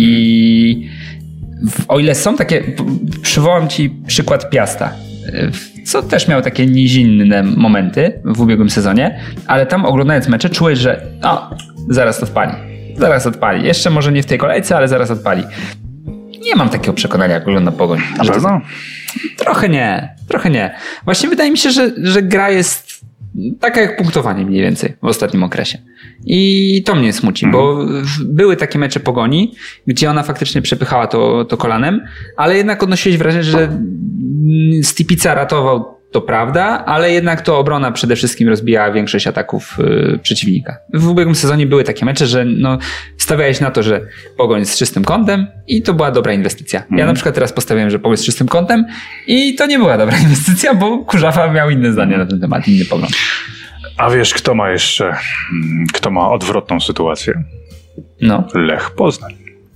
I w, o ile są takie... Przywołam ci przykład Piasta, co też miał takie nizinne momenty w ubiegłym sezonie, ale tam oglądając mecze czułeś, że o, zaraz odpali. Zaraz odpali. Jeszcze może nie w tej kolejce, ale zaraz odpali. Nie mam takiego przekonania, jak oglądam Pogoń. Na pewno? Trochę nie. Trochę nie. Właśnie wydaje mi się, że, że gra jest taka jak punktowanie mniej więcej w ostatnim okresie. I to mnie smuci, mm. bo były takie mecze Pogoni, gdzie ona faktycznie przepychała to, to kolanem, ale jednak odnosiłeś wrażenie, że Stipica ratował, to prawda, ale jednak to obrona przede wszystkim rozbijała większość ataków yy, przeciwnika. W ubiegłym sezonie były takie mecze, że no, stawiałeś na to, że Pogoń z czystym kątem i to była dobra inwestycja. Mm. Ja na przykład teraz postawiłem, że Pogoń z czystym kątem i to nie była dobra inwestycja, bo Kurzawa miał inne zdanie na ten temat, inny pogląd. A wiesz, kto ma jeszcze, kto ma odwrotną sytuację? No. Lech Poznań.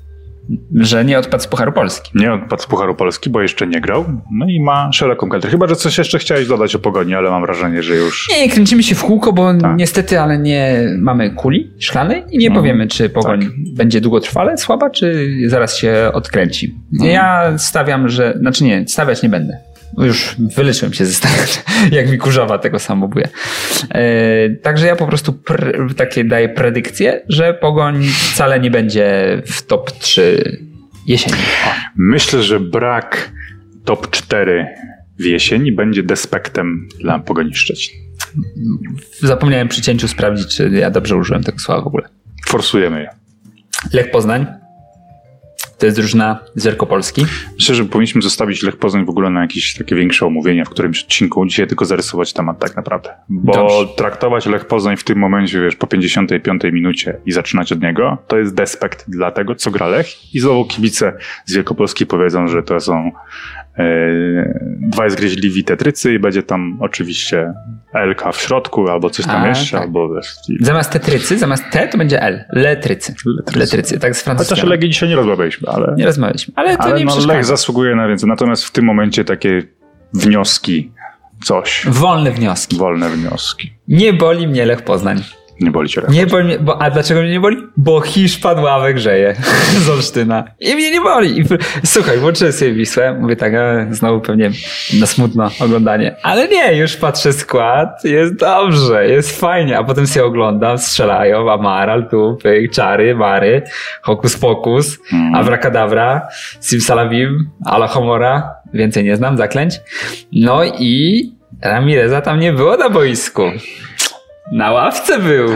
Że nie odpadł z Pucharu Polski. Nie odpadł z Pucharu Polski, bo jeszcze nie grał. No i ma szeroką kadrę. Chyba, że coś jeszcze chciałeś dodać o Pogoni, ale mam wrażenie, że już... Nie, kręcimy się w kółko, bo tak. niestety, ale nie mamy kuli szklanej i nie no, powiemy, czy Pogoń tak. będzie długotrwale słaba, czy zaraz się odkręci. No. Ja stawiam, że... Znaczy nie, stawiać nie będę. Już wyleczyłem się ze stawiać, jak mi Kurzawa tego samobuje. Yy, także ja po prostu pr- takie daję predykcję, że Pogoń wcale nie będzie w top trzy jesieni. O. Myślę, że brak top cztery w jesieni będzie despektem dla Pogoni Szczecin. Zapomniałem przy cięciu sprawdzić, czy ja dobrze użyłem tego słowa w ogóle. Forsujemy je. Lech Poznań. To jest drużyna z Wielkopolski. Myślę, że powinniśmy zostawić Lech Poznań w ogóle na jakieś takie większe omówienie w którymś odcinku. Dzisiaj tylko zarysować temat tak naprawdę. Bo Dobrze. traktować Lech Poznań w tym momencie, wiesz, po pięćdziesiątej piątej minucie i zaczynać od niego, to jest despekt dla tego, co gra Lech. I znowu kibice z Wielkopolski powiedzą, że to są e, dwaj zgryźliwi tetrycy i będzie tam oczywiście Elka w środku albo coś tam A, jeszcze. Tak. Albo, wiesz, i... Zamiast tetrycy, zamiast T to będzie L. Letrycy. Letrycy. Letrycy, tak z francuskiego. Chociaż o Legii dzisiaj nie rozmawialiśmy, ale... Nie rozmawialiśmy, ale to ale nie no, przeszkadza. Lech zasługuje na więcej. Natomiast w tym momencie takie wnioski, coś. Wolne wnioski. Wolne wnioski. Nie boli mnie Lech Poznań. Nie boli cię Lech Nie boli mnie, bo, a dlaczego mnie nie boli? Bo Hiszpan ławę grzeje z Olsztyna. I mnie nie boli. I, słuchaj, włączyłem sobie Wisłę, mówię tak, a, znowu pewnie na smutno oglądanie. Ale nie, już patrzę skład, jest dobrze, jest fajnie. A potem sobie oglądam, strzelają, Amaral, tu, pyk, czary, mary, hokus pokus, mm. abracadabra, simsalabim, alahomora, więcej nie znam, zaklęć. No i Ramireza tam nie było na boisku. Na ławce był.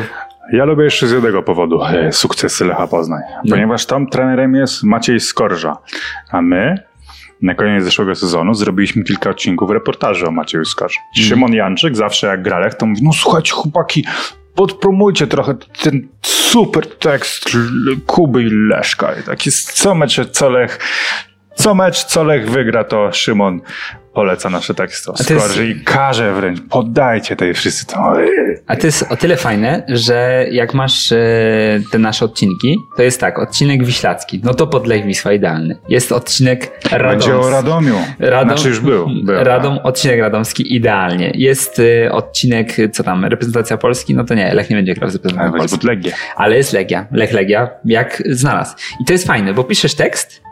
Ja lubię jeszcze z jednego powodu e, sukcesy Lecha Poznań, no. Ponieważ tam trenerem jest Maciej Skorża, a my na koniec zeszłego sezonu zrobiliśmy kilka odcinków reportaży o Macieju Skorży. Mm. Szymon Janczyk zawsze jak gra Lech, to mówi, no słuchajcie chłopaki, podpromujcie trochę ten super tekst Kuby i Leszka. I taki co mecz, co Lech, co mecz, co Lech wygra, to Szymon poleca nasze teksty o Skorży jest... i każe wręcz, poddajcie tej wszyscy to. A to jest o tyle fajne, że jak masz e, te nasze odcinki, to jest tak, odcinek wiślacki, no to pod Lech Wisła idealny. Jest odcinek radomski. Będzie o Radomiu. Radom, znaczy już był. był. Radom, odcinek radomski idealnie. Jest e, odcinek, co tam, reprezentacja Polski, no to nie, Lech nie będzie grał z reprezentacją Ale Polski. Legia. Ale jest Legia, Lech Legia, jak znalazł. I to jest fajne, bo piszesz tekst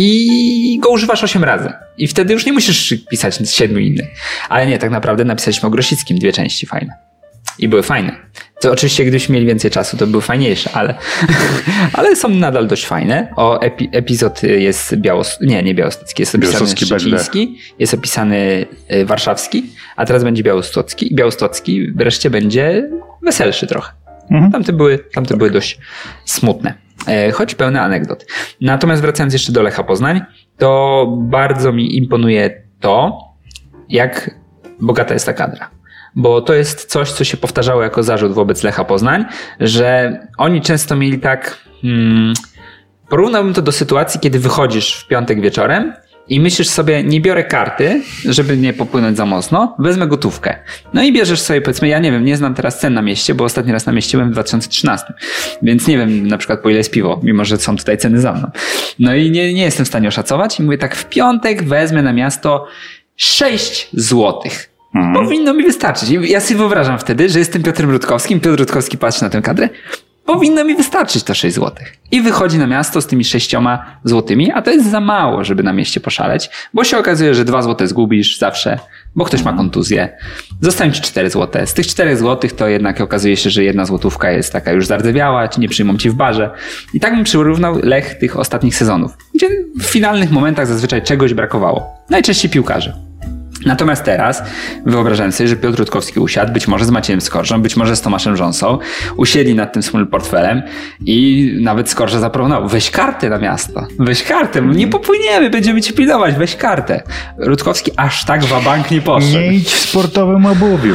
i go używasz osiem razy. I wtedy już nie musisz pisać siedmiu innych. Ale nie, tak naprawdę napisaliśmy o Grosickim dwie części fajne. I były fajne. To oczywiście gdybyśmy mieli więcej czasu, to były fajniejsze, ale, ale są nadal dość fajne. O epi, epizod jest białostocki, nie, nie białostocki, jest opisany szczeciński, jest opisany warszawski, a teraz będzie białostocki i białostocki wreszcie będzie weselszy trochę. Mhm. Tamte były, tamte były dość smutne. Choć pełne anegdot. Natomiast wracając jeszcze do Lecha Poznań, to bardzo mi imponuje to, jak bogata jest ta kadra. Bo to jest coś, co się powtarzało jako zarzut wobec Lecha Poznań, że oni często mieli tak... Hmm, porównałbym to do sytuacji, kiedy wychodzisz w piątek wieczorem i myślisz sobie, nie biorę karty, żeby nie popłynąć za mocno, wezmę gotówkę. No i bierzesz sobie, powiedzmy, ja nie wiem, nie znam teraz cen na mieście, bo ostatni raz na mieście byłem w dwa tysiące trzynastym, więc nie wiem na przykład po ile jest piwo, mimo że są tutaj ceny za mną. No i nie, nie jestem w stanie oszacować i mówię tak, w piątek wezmę na miasto sześć złotych. Mhm. Powinno mi wystarczyć. I ja sobie wyobrażam wtedy, że jestem Piotrem Rutkowskim, Piotr Rutkowski patrzy na tę kadrę, powinno mi wystarczyć to sześć złotych. I wychodzi na miasto z tymi sześcioma złotymi, a to jest za mało, żeby na mieście poszaleć, bo się okazuje, że dwa złote zgubisz zawsze, bo ktoś ma kontuzję. Zostają ci cztery złote. Z tych czterech złotych to jednak okazuje się, że jedna złotówka jest taka już zardzewiała, czy nie przyjmą ci w barze. I tak bym przyrównał Lech tych ostatnich sezonów, gdzie w finalnych momentach zazwyczaj czegoś brakowało. Najczęściej piłkarzy. Natomiast teraz wyobrażałem sobie, że Piotr Rutkowski usiadł, być może z Maciejem Skorżą, być może z Tomaszem Rząsą, usiedli nad tym wspólnym portfelem i nawet Skorża zaproponował, weź kartę na miasto, weź kartę, nie popłyniemy, będziemy ci pilnować, weź kartę. Rutkowski aż tak wabank nie poszedł. Nie idź w sportowym obuwiu.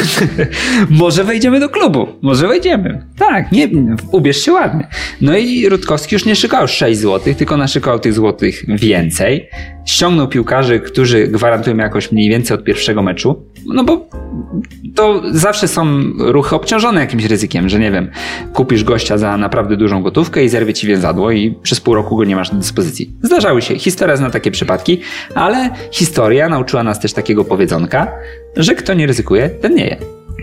Może wejdziemy do klubu, może wejdziemy. Tak, nie, ubierz się ładnie. No i Rutkowski już nie szykał sześć złotych, tylko naszykał tych złotych więcej. Ściągnął piłkarzy, którzy gwarantują jakoś mniej więcej od pierwszego meczu, no bo to zawsze są ruchy obciążone jakimś ryzykiem, że nie wiem, kupisz gościa za naprawdę dużą gotówkę i zerwie ci więzadło i przez pół roku go nie masz do dyspozycji. Zdarzały się, historia zna takie przypadki, ale historia nauczyła nas też takiego powiedzonka, że kto nie ryzykuje, ten nie je.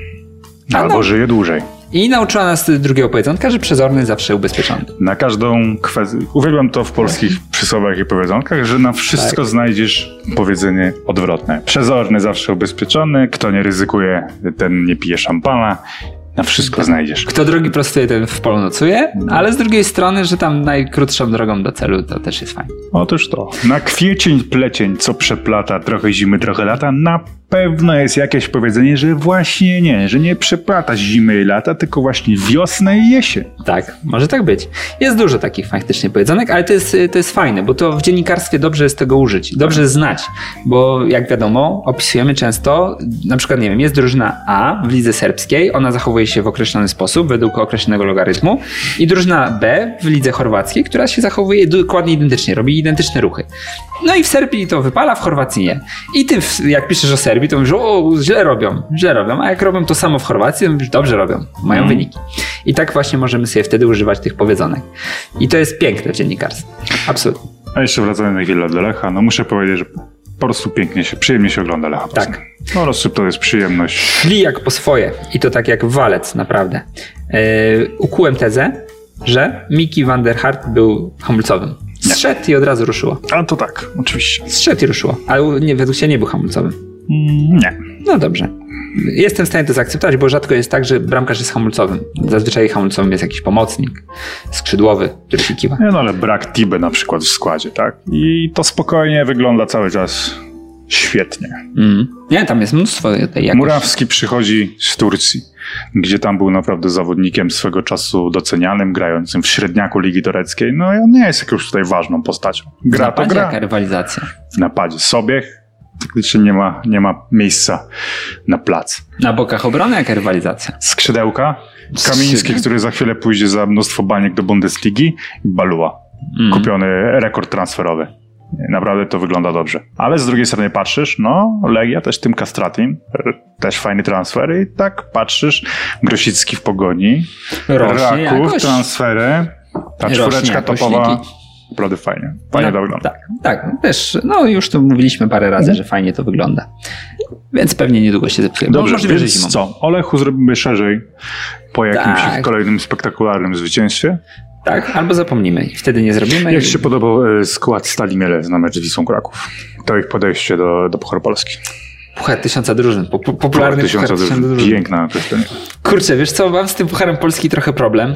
A Albo no. żyje dłużej. I nauczyła nas drugiego powiedzonka, że przezorny zawsze ubezpieczony. Na każdą kwestię, uwielbiam to w polskich przysłowiach i powiedzonkach, że na wszystko tak. znajdziesz powiedzenie odwrotne. Przezorny zawsze ubezpieczony, kto nie ryzykuje, ten nie pije szampana. Na wszystko tak. znajdziesz. Kto drogi prostuje, ten w polu nocuje, ale z drugiej strony, że tam najkrótszą drogą do celu, to też jest fajnie. Otóż to. Na kwiecień plecień, co przeplata, trochę zimy, trochę lata, na pewno jest jakieś powiedzenie, że właśnie nie, że nie przeplata zimy i lata, tylko właśnie wiosnę i jesień. Tak, może tak być. Jest dużo takich faktycznie powiedzonek, ale to jest, to jest fajne, bo to w dziennikarstwie dobrze jest tego użyć, dobrze jest znać, bo jak wiadomo, opisujemy często, na przykład, nie wiem, jest drużyna A w lidze serbskiej, ona zachowuje się w określony sposób, według określonego logarytmu, i drużyna B w lidze chorwackiej, która się zachowuje dokładnie identycznie, robi identyczne ruchy. No i w Serbii to wypala, w Chorwacji nie. I ty, jak piszesz o Serbii, to mówisz, o, źle robią, źle robią, a jak robią to samo w Chorwacji, to mówisz, dobrze robią, mają mm. wyniki. I tak właśnie możemy sobie wtedy używać tych powiedzonek. I to jest piękne w dziennikarstwie. Absolutnie. A jeszcze wracając na chwilę do Lecha, no muszę powiedzieć, że po prostu pięknie się, przyjemnie się ogląda Lecha. Tak. Po prostu to jest przyjemność. Szli jak po swoje. I to tak jak walec, naprawdę. Yy, ukułem tezę, że Miki van der Hart był hamulcowym. Zszedł i od razu ruszyło. A to tak, oczywiście. Zszedł i ruszyło. Ale nie, według ciebie nie był hamulcowym. Mm, nie. No dobrze. Jestem w stanie to zaakceptować, bo rzadko jest tak, że bramkarz jest hamulcowym. Zazwyczaj hamulcowym jest jakiś pomocnik, skrzydłowy, który się kiwa. Nie, no ale brak Tiby na przykład w składzie, tak? I to spokojnie wygląda cały czas świetnie. Mm. Nie, tam jest mnóstwo tej jakości. Murawski przychodzi z Turcji, gdzie tam był naprawdę zawodnikiem swego czasu docenianym, grającym w średniaku Ligi Tureckiej. No i on nie jest jakąś tutaj ważną postacią. Gra w napadzie to gra. Jaka rywalizacja. W napadzie Sobiech faktycznie nie ma, nie ma miejsca na plac. Na bokach obrony jaka rywalizacja. Skrzydełka, Kamiński, Skrzydła. który za chwilę pójdzie za mnóstwo baniek do Bundesligi i Baluła. Mm. Kupiony rekord transferowy. Naprawdę to wygląda dobrze. Ale z drugiej strony patrzysz, no Legia też tym Kastratin, też fajny transfer i tak patrzysz, Grosicki w Pogoni, Rośnie Raków, jakoś. transfery, ta Rośnie czwóreczka jakoś topowa, ligi. naprawdę fajnie. Fajnie No, to wygląda. Tak, tak. Też, no już tu mówiliśmy parę razy, że fajnie to wygląda. Więc pewnie niedługo się zepsuje. Dobrze, możliwe, że więc zimą. co? Olechu zrobimy szerzej po jakimś Tak. kolejnym spektakularnym zwycięstwie. Tak, albo zapomnimy i wtedy nie zrobimy. Jak i... Ci się podobał e, skład Stali Mielec na mecz z Wisłą Kraków? To ich podejście do, do Pucharu Polski. Puchar tysiąca drużyn. Po, po, popularny Tysiąca puchar tysiąca drużyn. drużyn. Piękna określenie. Kurczę, wiesz co, mam z tym Pucharem Polski trochę problem,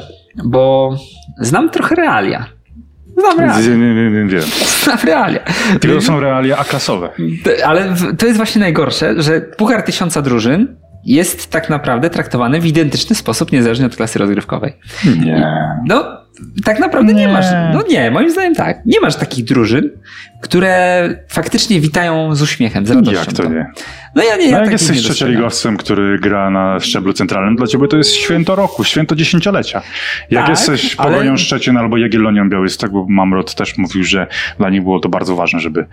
bo znam trochę realia. Znam realia. Nie, nie, nie, nie wiem. Znam realia. To są realia A-klasowe. To- Ale w- to jest właśnie najgorsze, że Puchar tysiąca drużyn jest tak naprawdę traktowany w identyczny sposób, niezależnie od klasy rozgrywkowej. Nie. No, tak naprawdę nie, Nie. masz. No nie, moim zdaniem tak. Nie masz takich drużyn, które faktycznie witają z uśmiechem, z radością. Jak to nie? No ja nie, ja No jak takich jesteś nie dostrzegam. trzecioligowcem, który gra na szczeblu centralnym, dla ciebie to jest święto roku, święto dziesięciolecia. Jak Tak, jesteś ale- Pogonią Szczecin albo Jagiellonią Białystok, bo Mamrot też mówił, że dla nich było to bardzo ważne, żeby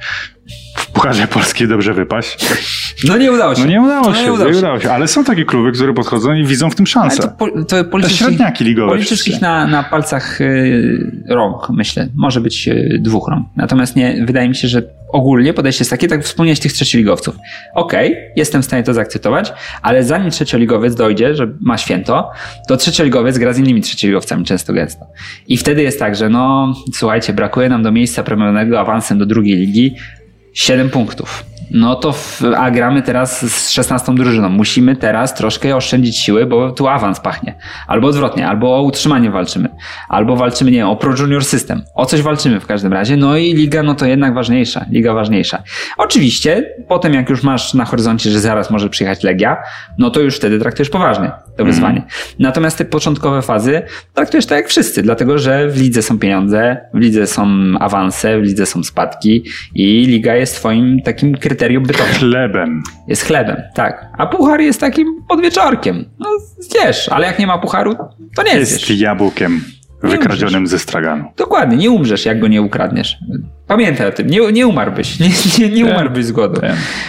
w Pucharze Polskiej dobrze wypaść. No nie udało się. No nie udało No się, nie nie udało się. udało się, ale są takie kluby, które podchodzą i widzą w tym Ale to, szansę. po, to Te policzysz, średniaki ligowe policzysz wszystkie. ich na, na palcach y, rąk, myślę. Może być y, dwóch rąk. Natomiast nie, wydaje mi się, że ogólnie podejście jest takie, tak wspomniałeś tych trzecioligowców. Okej, jestem w stanie to zaakceptować, ale zanim trzecioligowiec dojdzie, że ma święto, to trzecioligowiec gra z innymi trzecioligowcami często gęsto. I wtedy jest tak, że no słuchajcie, brakuje nam do miejsca premiowanego awansem do drugiej ligi siedem punktów. No to, w, a gramy teraz z szesnastą drużyną. Musimy teraz troszkę oszczędzić siły, bo tu awans pachnie. Albo odwrotnie, albo o utrzymanie walczymy. Albo walczymy, nie wiem, o Pro Junior System. O coś walczymy w każdym razie. No i liga, no to jednak ważniejsza. Liga ważniejsza. Oczywiście, potem jak już masz na horyzoncie, że zaraz może przyjechać Legia, no to już wtedy traktujesz poważnie to wyzwanie. Mm. Natomiast te początkowe fazy traktujesz tak jak wszyscy, dlatego że w lidze są pieniądze, w lidze są awanse, w lidze są spadki i liga jest twoim takim kryterium bytowym. Chlebem. Jest chlebem, tak. A puchar jest takim podwieczorkiem. No zjesz, ale jak nie ma pucharu, to nie Jest zjesz. jabłkiem wykradzionym ze straganu. Dokładnie, nie umrzesz, jak go nie ukradniesz. Pamiętaj o tym, nie, nie umarłbyś. Nie, nie, nie umarłbyś z głodu.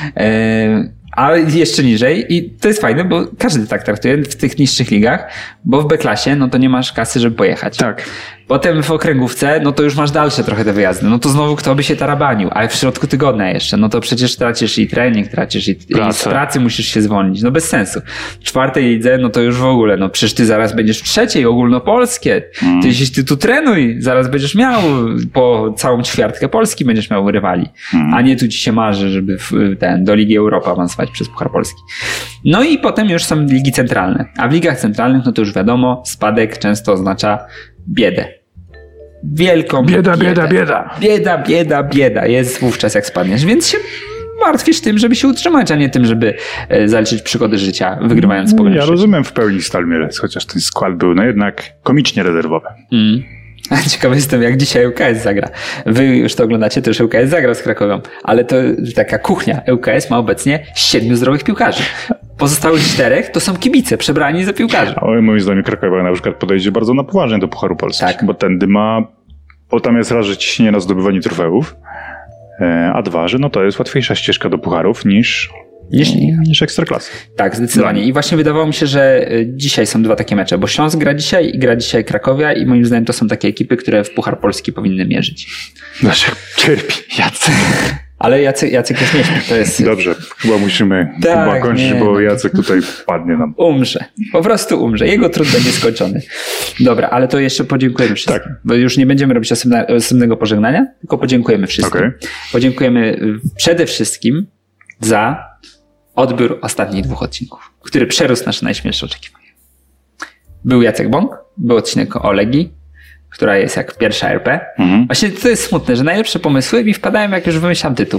E, a jeszcze niżej i to jest fajne, bo każdy tak traktuje w tych niższych ligach, bo w B-klasie no to nie masz kasy, żeby pojechać. Tak. Potem w okręgówce, no to już masz dalsze trochę te wyjazdy. No to znowu kto by się tarabanił, ale w środku tygodnia jeszcze, no to przecież tracisz i trening, tracisz i, i z pracy musisz się zwolnić. No bez sensu. W czwartej lidze, no to już w ogóle, no przecież ty zaraz będziesz w trzeciej, ogólnopolskie. Mm. Ty, jeśli ty tu trenuj, zaraz będziesz miał po całą ćwiartkę Polski będziesz miał rywali. Mm. A nie tu ci się marzy, żeby w, ten, do Ligi Europy awansować przez Puchar Polski. No i potem już są ligi centralne. A w ligach centralnych, no to już wiadomo, spadek często oznacza biedę. Wielką bieda, biedę. bieda, bieda. Bieda, bieda, bieda jest wówczas jak spadniesz, więc się martwisz tym, żeby się utrzymać, a nie tym, żeby e, zaliczyć przygody życia, wygrywając Pogonię Ja Szczecin. rozumiem w pełni Stal Mielec, chociaż ten skład był no jednak komicznie rezerwowy. Mm. Ciekawy jestem, jak dzisiaj L K S zagra. Wy już to oglądacie, to już L K S zagra z Krakowią, ale to taka kuchnia. L K S ma obecnie siedmiu zdrowych piłkarzy. Pozostałych czterech to są kibice przebrani za piłkarzy. Ale moim zdaniem Krakowa na przykład podejdzie bardzo na poważnie do Pucharu Polski, Tak. bo tędy ma, bo tam jest raz, że ciśnienie na zdobywanie trofeów, a dwa, że no to jest łatwiejsza ścieżka do pucharów niż, Niż niż Ekstraklasy. Tak, zdecydowanie. I właśnie wydawało mi się, że dzisiaj są dwa takie mecze, bo Śląsk gra dzisiaj i gra dzisiaj Krakowia i moim zdaniem to są takie ekipy, które w Puchar Polski powinny mierzyć. Znaczy, cierpi Jacek. Ale Jacek, Jacek jest nieśmieszny, to jest... Dobrze, chyba musimy Tak, chyba kończyć, nie, bo no. Jacek tutaj padnie nam. Umrze. Po prostu umrze. Jego trud będzie skończony. Dobra, ale to jeszcze podziękujemy wszystkim. Tak. Bo już nie będziemy robić osobna, osobnego pożegnania, tylko podziękujemy wszystkim. Okay. Podziękujemy przede wszystkim za odbiór ostatnich dwóch odcinków, który przerósł nasze najśmielsze oczekiwania. Był Jacek Bąk, był odcinek o Legii, która jest jak pierwsza R P. Mhm. Właśnie to jest smutne, że najlepsze pomysły mi wpadają, jak już wymyślam tytuł.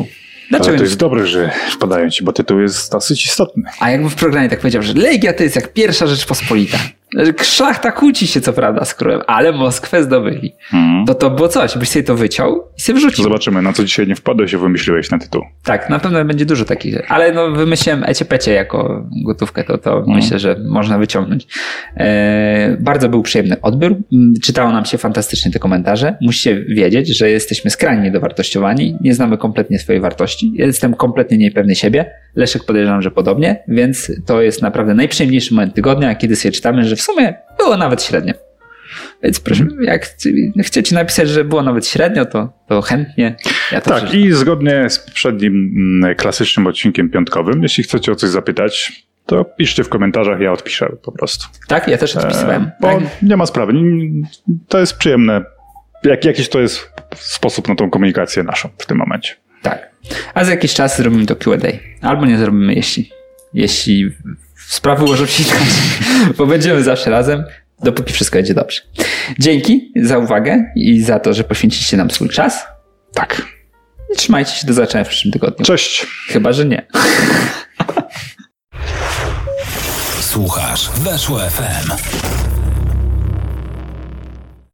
Dlaczego Ale to nie? jest dobre, że wpadają ci, bo tytuł jest dosyć istotny. A jakby w programie tak powiedział, że Legia to jest jak pierwsza Rzeczpospolita. Szlachta kłóci się co prawda z królem, ale Moskwę zdobyli. Hmm. To to było coś, byś sobie to wyciął i sobie wrzucił. Zobaczymy, na co dzisiaj nie wpadłeś i wymyśliłeś na tytuł. Tak, na pewno będzie dużo takich, ale no wymyśliłem Ecie-Pecie jako gotówkę, to, to hmm. myślę, że można wyciągnąć. E, bardzo był przyjemny odbiór, czytało nam się fantastycznie te komentarze. Musicie wiedzieć, że jesteśmy skrajnie dowartościowani, nie znamy kompletnie swojej wartości, jestem kompletnie niepewny siebie, Leszek podejrzewam, że podobnie, więc to jest naprawdę najprzyjemniejszy moment tygodnia, kiedy sobie czytamy, że w sumie było nawet średnio. Więc proszę, jak chcecie napisać, że było nawet średnio, to, to chętnie. Ja to tak, przeczytam. I zgodnie z poprzednim klasycznym odcinkiem piątkowym, jeśli chcecie o coś zapytać, to piszcie w komentarzach, ja odpiszę po prostu. Tak, ja też odpisywałem. E, bo tak. nie ma sprawy. To jest przyjemne. Jak, jakiś to jest sposób na tą komunikację naszą w tym momencie. Tak. A za jakiś czas zrobimy to Q and A. Albo nie zrobimy, jeśli, jeśli sprawy ułożą się inaczej, bo będziemy zawsze razem, dopóki wszystko będzie dobrze. Dzięki za uwagę i za to, że poświęciliście nam swój czas. Tak. I trzymajcie się, do zobaczenia w przyszłym tygodniu. Cześć. Chyba, że nie. Słuchasz Weszło F M.